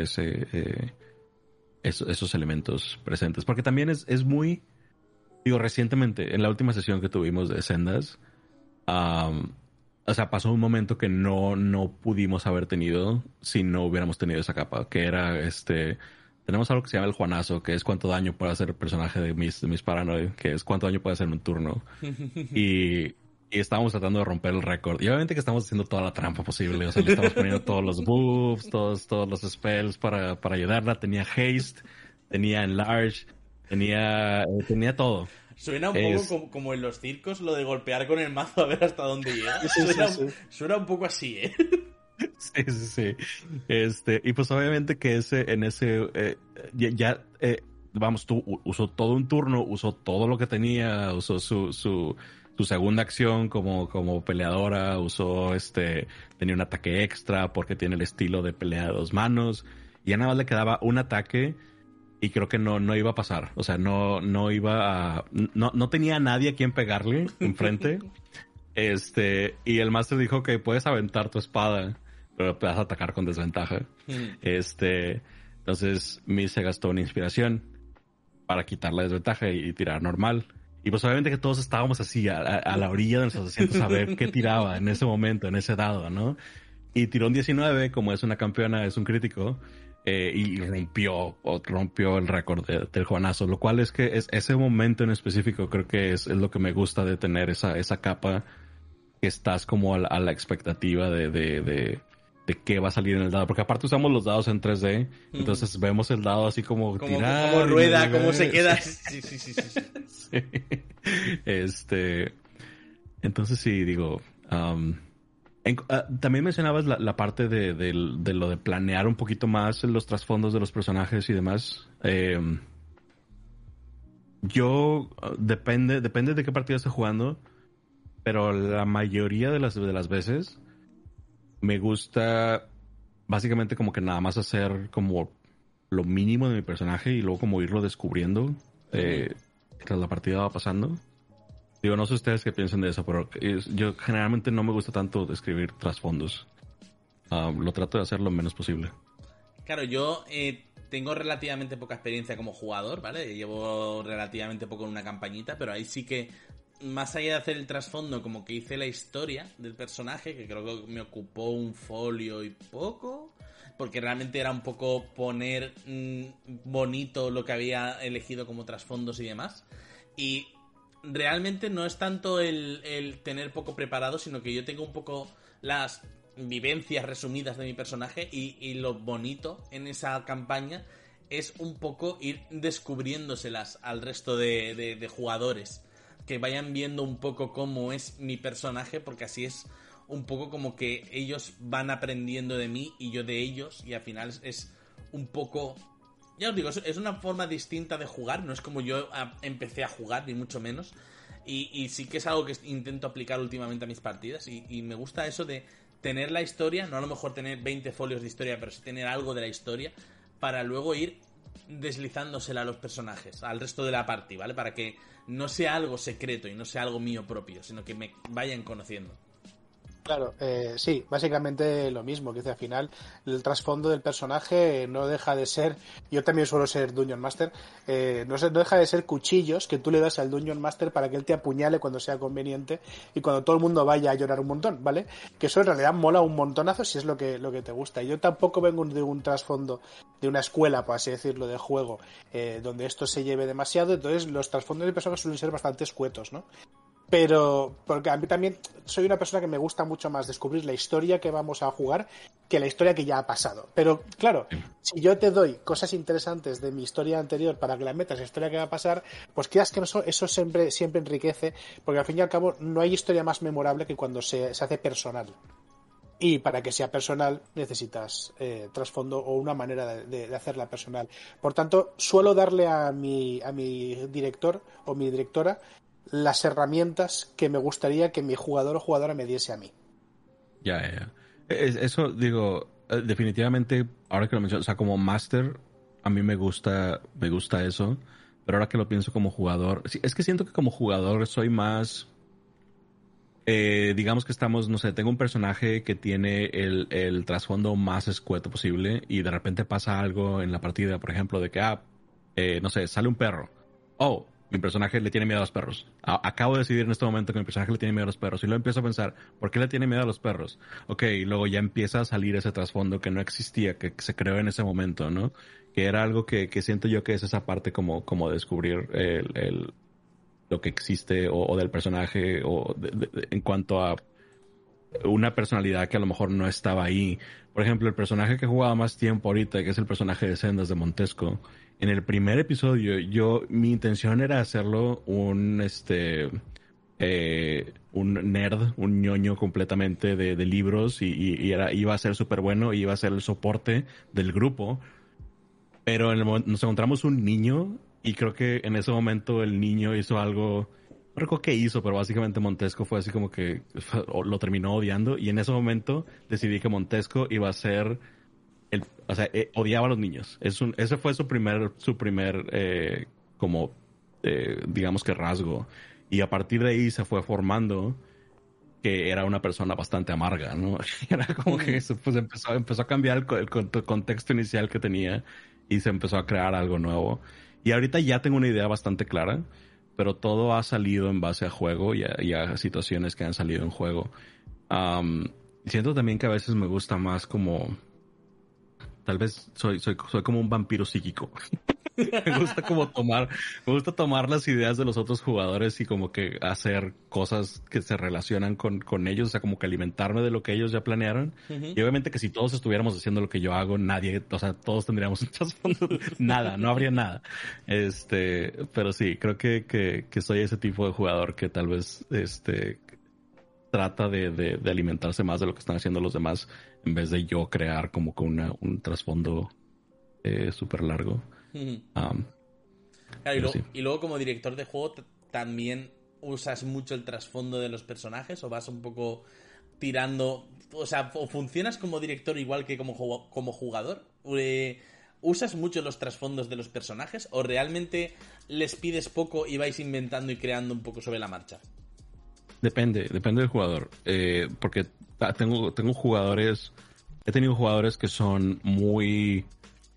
esos elementos presentes. Porque también es muy... Digo, recientemente, en la última sesión que tuvimos de Sendas, o sea, pasó un momento que no pudimos haber tenido si no hubiéramos tenido esa capa, que era tenemos algo que se llama el Juanazo, que es cuánto daño puede hacer el personaje de Miss Paranoid, que es cuánto daño puede hacer en un turno. Y estábamos tratando de romper el récord. Y obviamente que estamos haciendo toda la trampa posible. O sea, le estamos poniendo todos los buffs, todos los spells para ayudarla. Tenía haste, tenía enlarge, tenía todo. Suena un poco como en los circos, lo de golpear con el mazo a ver hasta dónde llega. Suena un poco así, ¿eh? Sí. Y pues obviamente que vamos, tú usó todo un turno, usó todo lo que tenía, usó su segunda acción como peleadora, tenía un ataque extra porque tiene el estilo de pelea de 2 manos, y ya nada más le quedaba un ataque y creo que no iba a pasar. O sea, no tenía a nadie a quien pegarle enfrente. Y el máster dijo que puedes aventar tu espada, pero te vas a atacar con desventaja. Entonces Miss se gastó una inspiración para quitar la desventaja y tirar normal. Y pues obviamente que todos estábamos así a la orilla de nuestros asientos a ver qué tiraba en ese momento, en ese dado, ¿no? Y tiró un 19, como es una campeona, es un crítico, y rompió el récord del Juanazo, lo cual es que ese momento en específico creo que es lo que me gusta de tener esa capa, que estás como a la expectativa de qué va a salir en el dado, porque aparte usamos los dados en 3D, entonces vemos el dado así como tirar, como rueda, cómo se queda. Sí. Entonces sí, digo, también mencionabas la parte de lo de planear un poquito más los trasfondos de los personajes y demás. Yo depende de qué partida esté jugando, pero la mayoría de las veces me gusta básicamente como que nada más hacer como lo mínimo de mi personaje y luego como irlo descubriendo mientras la partida va pasando. Digo, no sé ustedes qué piensan de eso, pero yo generalmente no me gusta tanto escribir trasfondos. Lo trato de hacer lo menos posible. Claro, yo tengo relativamente poca experiencia como jugador, ¿vale? Llevo relativamente poco en una campañita, pero ahí sí que, más allá de hacer el trasfondo, como que hice la historia del personaje, que creo que me ocupó un folio y poco, porque realmente era un poco poner bonito lo que había elegido como trasfondos y demás. Y realmente no es tanto el tener poco preparado, sino que yo tengo un poco las vivencias resumidas de mi personaje, y lo bonito en esa campaña es un poco ir descubriéndoselas al resto de jugadores. que vayan viendo un poco cómo es mi personaje, porque así es un poco como que ellos van aprendiendo de mí y yo de ellos, y al final es un poco... Ya os digo, es una forma distinta de jugar, no es como yo empecé a jugar, ni mucho menos, y sí que es algo que intento aplicar últimamente a mis partidas, y me gusta eso de tener la historia, no a lo mejor tener 20 folios de historia, pero sí tener algo de la historia, para luego ir deslizándosela a los personajes, al resto de la party, ¿vale? Para que no sea algo secreto y no sea algo mío propio, sino que me vayan conociendo. Claro, sí, básicamente lo mismo, que dice al final, el trasfondo del personaje no deja de ser, yo también suelo ser Dungeon Master, no deja de ser cuchillos que tú le das al Dungeon Master para que él te apuñale cuando sea conveniente y cuando todo el mundo vaya a llorar un montón, ¿vale? Que eso en realidad mola un montonazo si es lo que te gusta. Yo tampoco vengo de un trasfondo, de una escuela, por así decirlo, de juego, donde esto se lleve demasiado, entonces los trasfondos del personaje suelen ser bastante escuetos, ¿no? Pero, porque a mí también soy una persona que me gusta mucho más descubrir la historia que vamos a jugar que la historia que ya ha pasado. Pero, claro, si yo te doy cosas interesantes de mi historia anterior para que la metas en la historia que va a pasar, pues quieras que no, eso siempre enriquece, porque al fin y al cabo no hay historia más memorable que cuando se hace personal. Y para que sea personal necesitas trasfondo o una manera de hacerla personal. Por tanto, suelo darle a mi director o mi directora las herramientas que me gustaría que mi jugador o jugadora me diese a mí. Ya. Eso, digo, definitivamente, ahora que lo menciono, o sea, como máster, a mí me gusta eso, pero ahora que lo pienso como jugador, sí, es que siento que como jugador soy más, digamos que estamos, no sé, tengo un personaje que tiene el trasfondo más escueto posible y de repente pasa algo en la partida, por ejemplo, de que, no sé, sale un perro. Oh, mi personaje le tiene miedo a los perros. Acabo de decidir en este momento que mi personaje le tiene miedo a los perros. Y luego empiezo a pensar, ¿por qué le tiene miedo a los perros? Ok, y luego ya empieza a salir ese trasfondo que no existía, que se creó en ese momento, ¿no? Que era algo que siento yo que es esa parte como descubrir lo que existe o del personaje o en cuanto a una personalidad que a lo mejor no estaba ahí. Por ejemplo, el personaje que jugaba más tiempo ahorita, que es el personaje de Sendas de Montesco, en el primer episodio, mi intención era hacerlo un nerd, un ñoño completamente de libros y iba a ser súper bueno y iba a ser el soporte del grupo. Pero en el momento nos encontramos un niño y creo que en ese momento el niño hizo algo, no recuerdo qué hizo, pero básicamente Montesco fue así como que lo terminó odiando y en ese momento decidí que Montesco iba a ser o sea, odiaba a los niños. Ese fue su primer digamos que rasgo. Y a partir de ahí se fue formando que era una persona bastante amarga, ¿no? Era como que pues empezó a cambiar el contexto inicial que tenía y se empezó a crear algo nuevo. Y ahorita ya tengo una idea bastante clara, pero todo ha salido en base a juego y a situaciones que han salido en juego. Siento también que a veces me gusta más como... Tal vez soy como un vampiro psíquico. Me gusta tomar las ideas de los otros jugadores y como que hacer cosas que se relacionan con ellos, o sea, como que alimentarme de lo que ellos ya planearon. Y obviamente que si todos estuviéramos haciendo lo que yo hago, todos tendríamos un trasfondo. Nada, no habría nada. Pero sí, creo que soy ese tipo de jugador que tal vez, trata de alimentarse más de lo que están haciendo los demás en vez de yo crear como con un trasfondo súper largo. Claro, y luego como director de juego también usas mucho el trasfondo de los personajes o vas un poco tirando, o sea, o funcionas como director igual que como jugador. ¿Usas mucho los trasfondos de los personajes o realmente les pides poco y vais inventando y creando un poco sobre la marcha? Depende del jugador. Porque tengo jugadores... He tenido jugadores que son muy...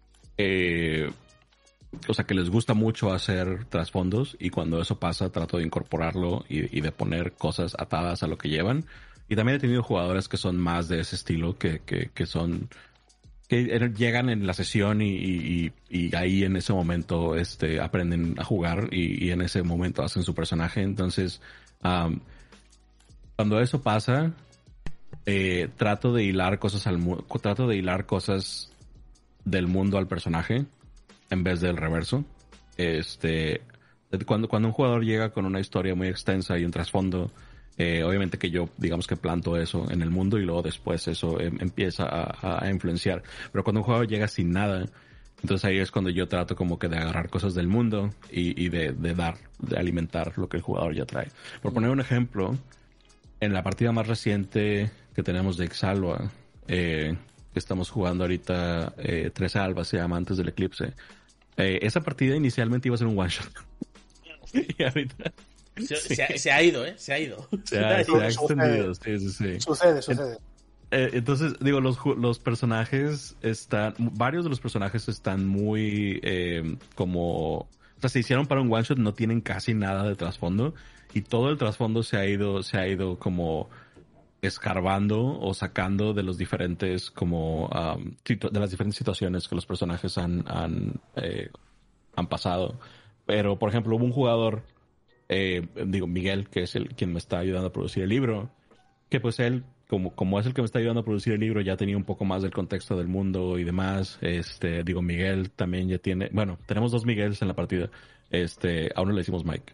o sea, que les gusta mucho hacer trasfondos y cuando eso pasa trato de incorporarlo y de poner cosas atadas a lo que llevan. Y también he tenido jugadores que son más de ese estilo, que son... que llegan en la sesión y ahí en ese momento aprenden a jugar y en ese momento hacen su personaje. Entonces... cuando eso pasa, trato de hilar cosas del mundo al personaje en vez del reverso. Cuando un jugador llega con una historia muy extensa y un trasfondo, obviamente que yo, digamos que planto eso en el mundo y luego después eso empieza a influenciar. Pero cuando un jugador llega sin nada, entonces ahí es cuando yo trato como que de agarrar cosas del mundo y de alimentar lo que el jugador ya trae. Por poner un ejemplo, en la partida más reciente que tenemos de Ixalva, que estamos jugando ahorita, 13 Albas se llama, antes del eclipse, esa partida inicialmente iba a ser un one shot. Y ahorita se ha ido, se ha ido. Se ha extendido, sí. Sucede. Entonces, digo, los personajes varios de los personajes están muy o sea, se hicieron para un one shot, no tienen casi nada de trasfondo y todo el trasfondo se ha ido como escarbando o sacando de los diferentes de las diferentes situaciones que los personajes han pasado. Pero, por ejemplo, hubo un jugador, Miguel, que es quien me está ayudando a producir el libro, que pues él, como es el que me está ayudando a producir el libro, ya tenía un poco más del contexto del mundo y demás. Miguel también ya tiene, bueno, tenemos 2 Miguels en la partida. A uno le decimos Mike.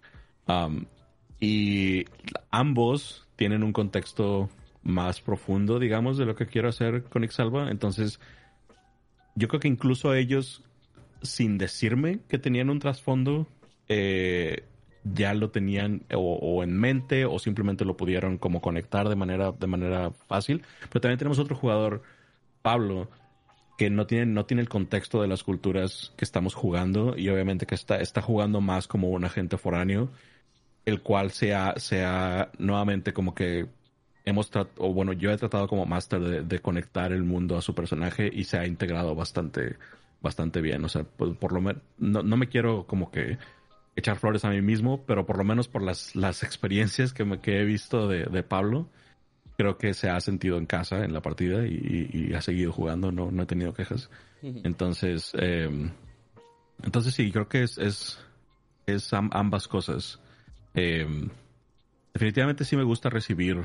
Y ambos tienen un contexto más profundo, digamos, de lo que quiero hacer con Ixalva. Entonces, yo creo que incluso ellos, sin decirme que tenían un trasfondo, ya lo tenían o en mente o simplemente lo pudieron como conectar de manera fácil. Pero también tenemos otro jugador, Pablo, que no tiene el contexto de las culturas que estamos jugando y obviamente que está jugando más como un agente foráneo, el cual sea nuevamente como que yo he tratado como máster de conectar el mundo a su personaje y se ha integrado bastante bien. O sea, pues, por lo menos no me quiero como que echar flores a mí mismo, pero por lo menos por las experiencias que he visto de Pablo, creo que se ha sentido en casa en la partida y ha seguido jugando, no he tenido quejas. Entonces sí, creo que es ambas cosas. Definitivamente sí me gusta recibir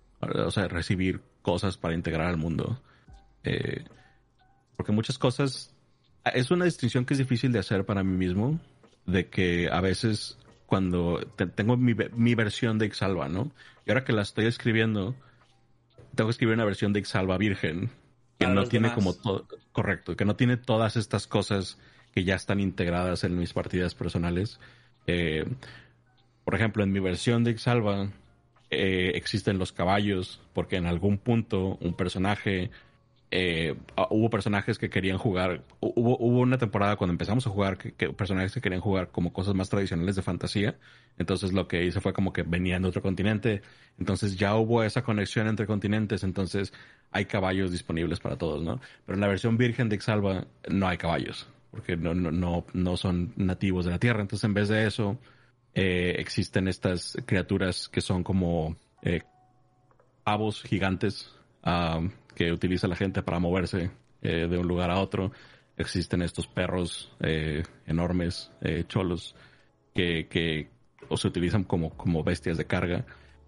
cosas para integrar al mundo. Porque muchas cosas, es una distinción que es difícil de hacer para mí mismo, de que a veces cuando tengo mi versión de Ixalva, ¿no? Y ahora que la estoy escribiendo, tengo que escribir una versión de Ixalva virgen, que no tiene como todo, correcto, que no tiene todas estas cosas que ya están integradas en mis partidas personales. Por ejemplo, en mi versión de Ixalva existen los caballos, porque en algún punto un personaje... hubo personajes que querían jugar. Hubo una temporada cuando empezamos a jugar que personajes que querían jugar como cosas más tradicionales de fantasía. Entonces lo que hice fue como que venían de otro continente. Entonces ya hubo esa conexión entre continentes. Entonces hay caballos disponibles para todos, ¿no? Pero en la versión virgen de Ixalva no hay caballos, porque no son nativos de la tierra. Entonces en vez de eso existen estas criaturas que son como pavos gigantes que utiliza la gente para moverse de un lugar a otro. Existen estos perros enormes, cholos, que se utilizan como bestias de carga.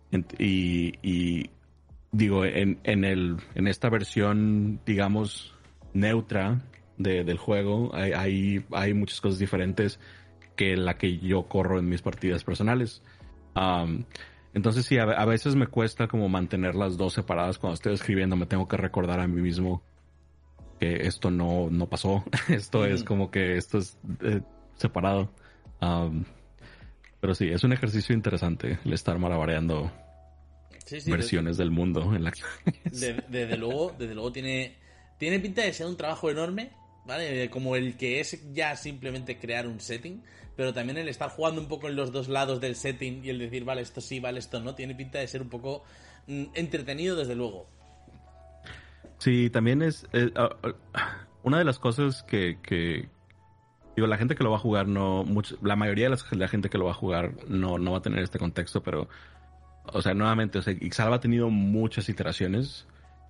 Y digo, en esta versión, digamos, neutra del juego, hay muchas cosas diferentes que la que yo corro en mis partidas personales. Entonces sí, a veces me cuesta como mantener las dos separadas. Cuando estoy escribiendo me tengo que recordar a mí mismo que esto no pasó. Esto es como que esto es separado. Pero sí, es un ejercicio interesante el estar malabareando versiones del mundo en la que... Desde luego tiene pinta de ser un trabajo enorme, ¿vale? Como el que es ya simplemente crear un setting, pero también el estar jugando un poco en los dos lados del setting y el decir, vale, esto sí, vale, esto no, tiene pinta de ser un poco entretenido, desde luego. Sí, también es una de las cosas que digo, la gente que lo va a jugar la mayoría de la gente que lo va a jugar no va a tener este contexto, pero o sea, nuevamente, Ixalva ha tenido muchas iteraciones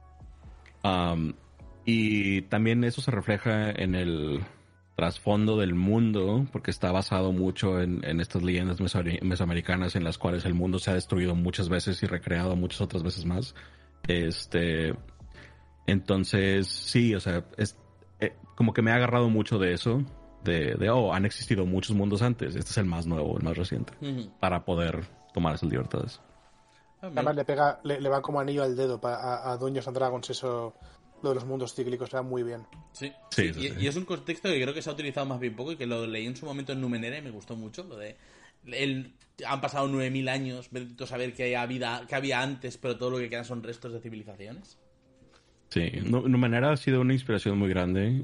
y también eso se refleja en el trasfondo del mundo, porque está basado mucho en estas leyendas mesoamericanas en las cuales el mundo se ha destruido muchas veces y recreado muchas otras veces más. Entonces, sí, o sea, como que me ha agarrado mucho de eso. han existido muchos mundos antes, este es el más nuevo, el más reciente, para poder tomar esas libertades. Además le va como anillo al dedo a Dungeons and Dragons eso, lo de los mundos cíclicos, va muy bien. Sí. Sí. Y es un contexto que creo que se ha utilizado más bien poco y que lo leí en su momento en Numenera y me gustó mucho, lo de... han pasado 9000 años, vete a saber qué había antes, pero todo lo que quedan son restos de civilizaciones. Sí, Numenera ha sido una inspiración muy grande.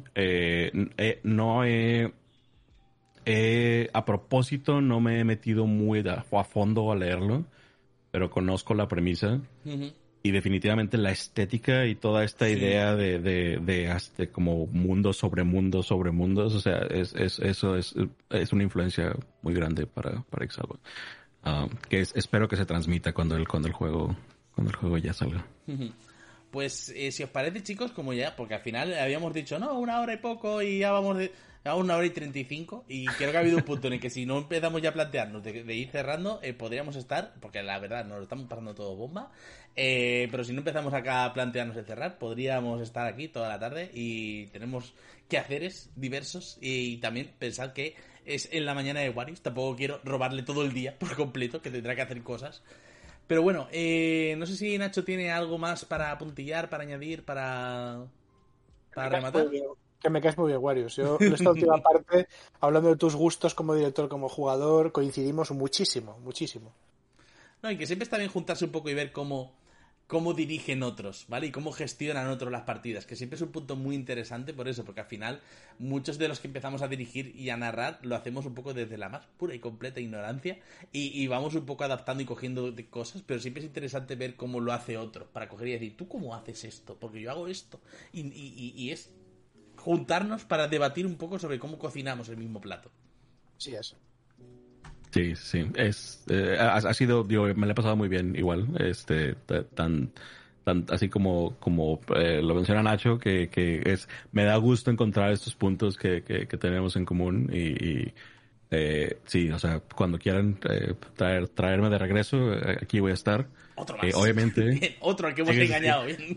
A propósito, no me he metido muy a fondo a leerlo, pero conozco la premisa. Y definitivamente la estética y toda esta idea de hasta como mundos sobre mundos sobre mundos, o sea, eso es una influencia muy grande para Ixalan. Espero que se transmita cuando el juego ya salga. Pues si os parece, chicos, como ya, porque al final habíamos dicho, no, 1 hora y poco y ya vamos a 1 hora y 35 y creo que ha habido un punto en el que si no empezamos ya a plantearnos de ir cerrando, podríamos estar, porque la verdad nos lo estamos pasando todo bomba, pero si no empezamos acá a plantearnos el cerrar, podríamos estar aquí toda la tarde y tenemos quehaceres diversos y también pensar que es en la mañana de Warriors, tampoco quiero robarle todo el día por completo, que tendrá que hacer cosas. Pero bueno, no sé si Nacho tiene algo más para apuntillar, para añadir, para rematar. Que me caes muy bien, Warriors. Yo en esta última parte, hablando de tus gustos como director, como jugador, coincidimos muchísimo. No, y que siempre está bien juntarse un poco y ver cómo dirigen otros, ¿vale? Y cómo gestionan otros las partidas, que siempre es un punto muy interesante por eso, porque al final muchos de los que empezamos a dirigir y a narrar lo hacemos un poco desde la más pura y completa ignorancia y vamos un poco adaptando y cogiendo de cosas, pero siempre es interesante ver cómo lo hace otro, para coger y decir, ¿tú cómo haces esto? Porque yo hago esto. Y es juntarnos para debatir un poco sobre cómo cocinamos el mismo plato. Sí, es. Sí. Ha sido, digo, me lo he pasado muy bien igual, tan así como lo menciona Nacho, que me da gusto encontrar estos puntos que tenemos en común y sí, o sea, cuando quieran traerme de regreso, aquí voy a estar. Otro más. Obviamente. Bien, otro al que hemos engañado. Bien.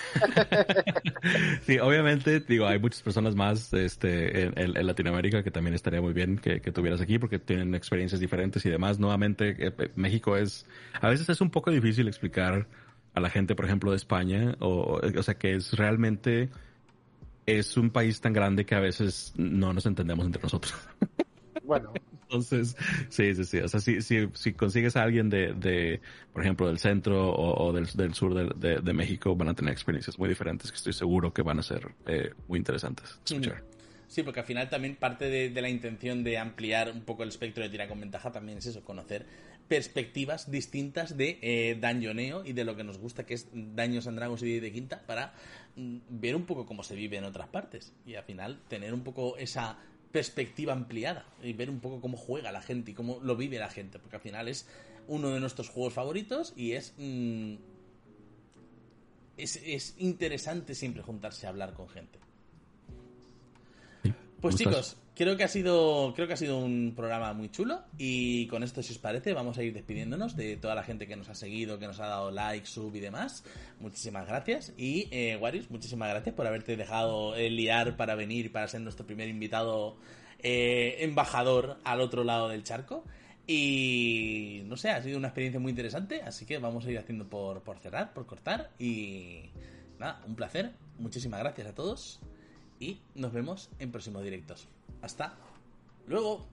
Sí, obviamente, digo, hay muchas personas más en Latinoamérica que también estaría muy bien que tuvieras aquí porque tienen experiencias diferentes y demás. Nuevamente, México a veces es un poco difícil explicar a la gente, por ejemplo, de España, o sea, que es un país tan grande que a veces no nos entendemos entre nosotros. Bueno. Entonces, sí. O sea, si consigues a alguien por ejemplo, del centro o del sur de México, van a tener experiencias muy diferentes que estoy seguro que van a ser muy interesantes de escuchar. Sí, porque al final también parte de la intención de ampliar un poco el espectro de Tira con Ventaja también es eso, conocer perspectivas distintas de dañoneo y de lo que nos gusta, que es Daños and Dragons y de Quinta, para ver un poco cómo se vive en otras partes y al final tener un poco esa perspectiva ampliada y ver un poco cómo juega la gente y cómo lo vive la gente, porque al final es uno de nuestros juegos favoritos y es interesante siempre juntarse a hablar con gente. Pues chicos, creo que ha sido un programa muy chulo y con esto, si os parece, vamos a ir despidiéndonos de toda la gente que nos ha seguido, que nos ha dado like, sub y demás. Muchísimas gracias y Warriors, muchísimas gracias por haberte dejado liar para venir, para ser nuestro primer invitado embajador al otro lado del charco. Y no sé, ha sido una experiencia muy interesante, así que vamos a ir haciendo por cerrar, por cortar y nada, un placer. Muchísimas gracias a todos. Y nos vemos en próximos directos. Hasta luego.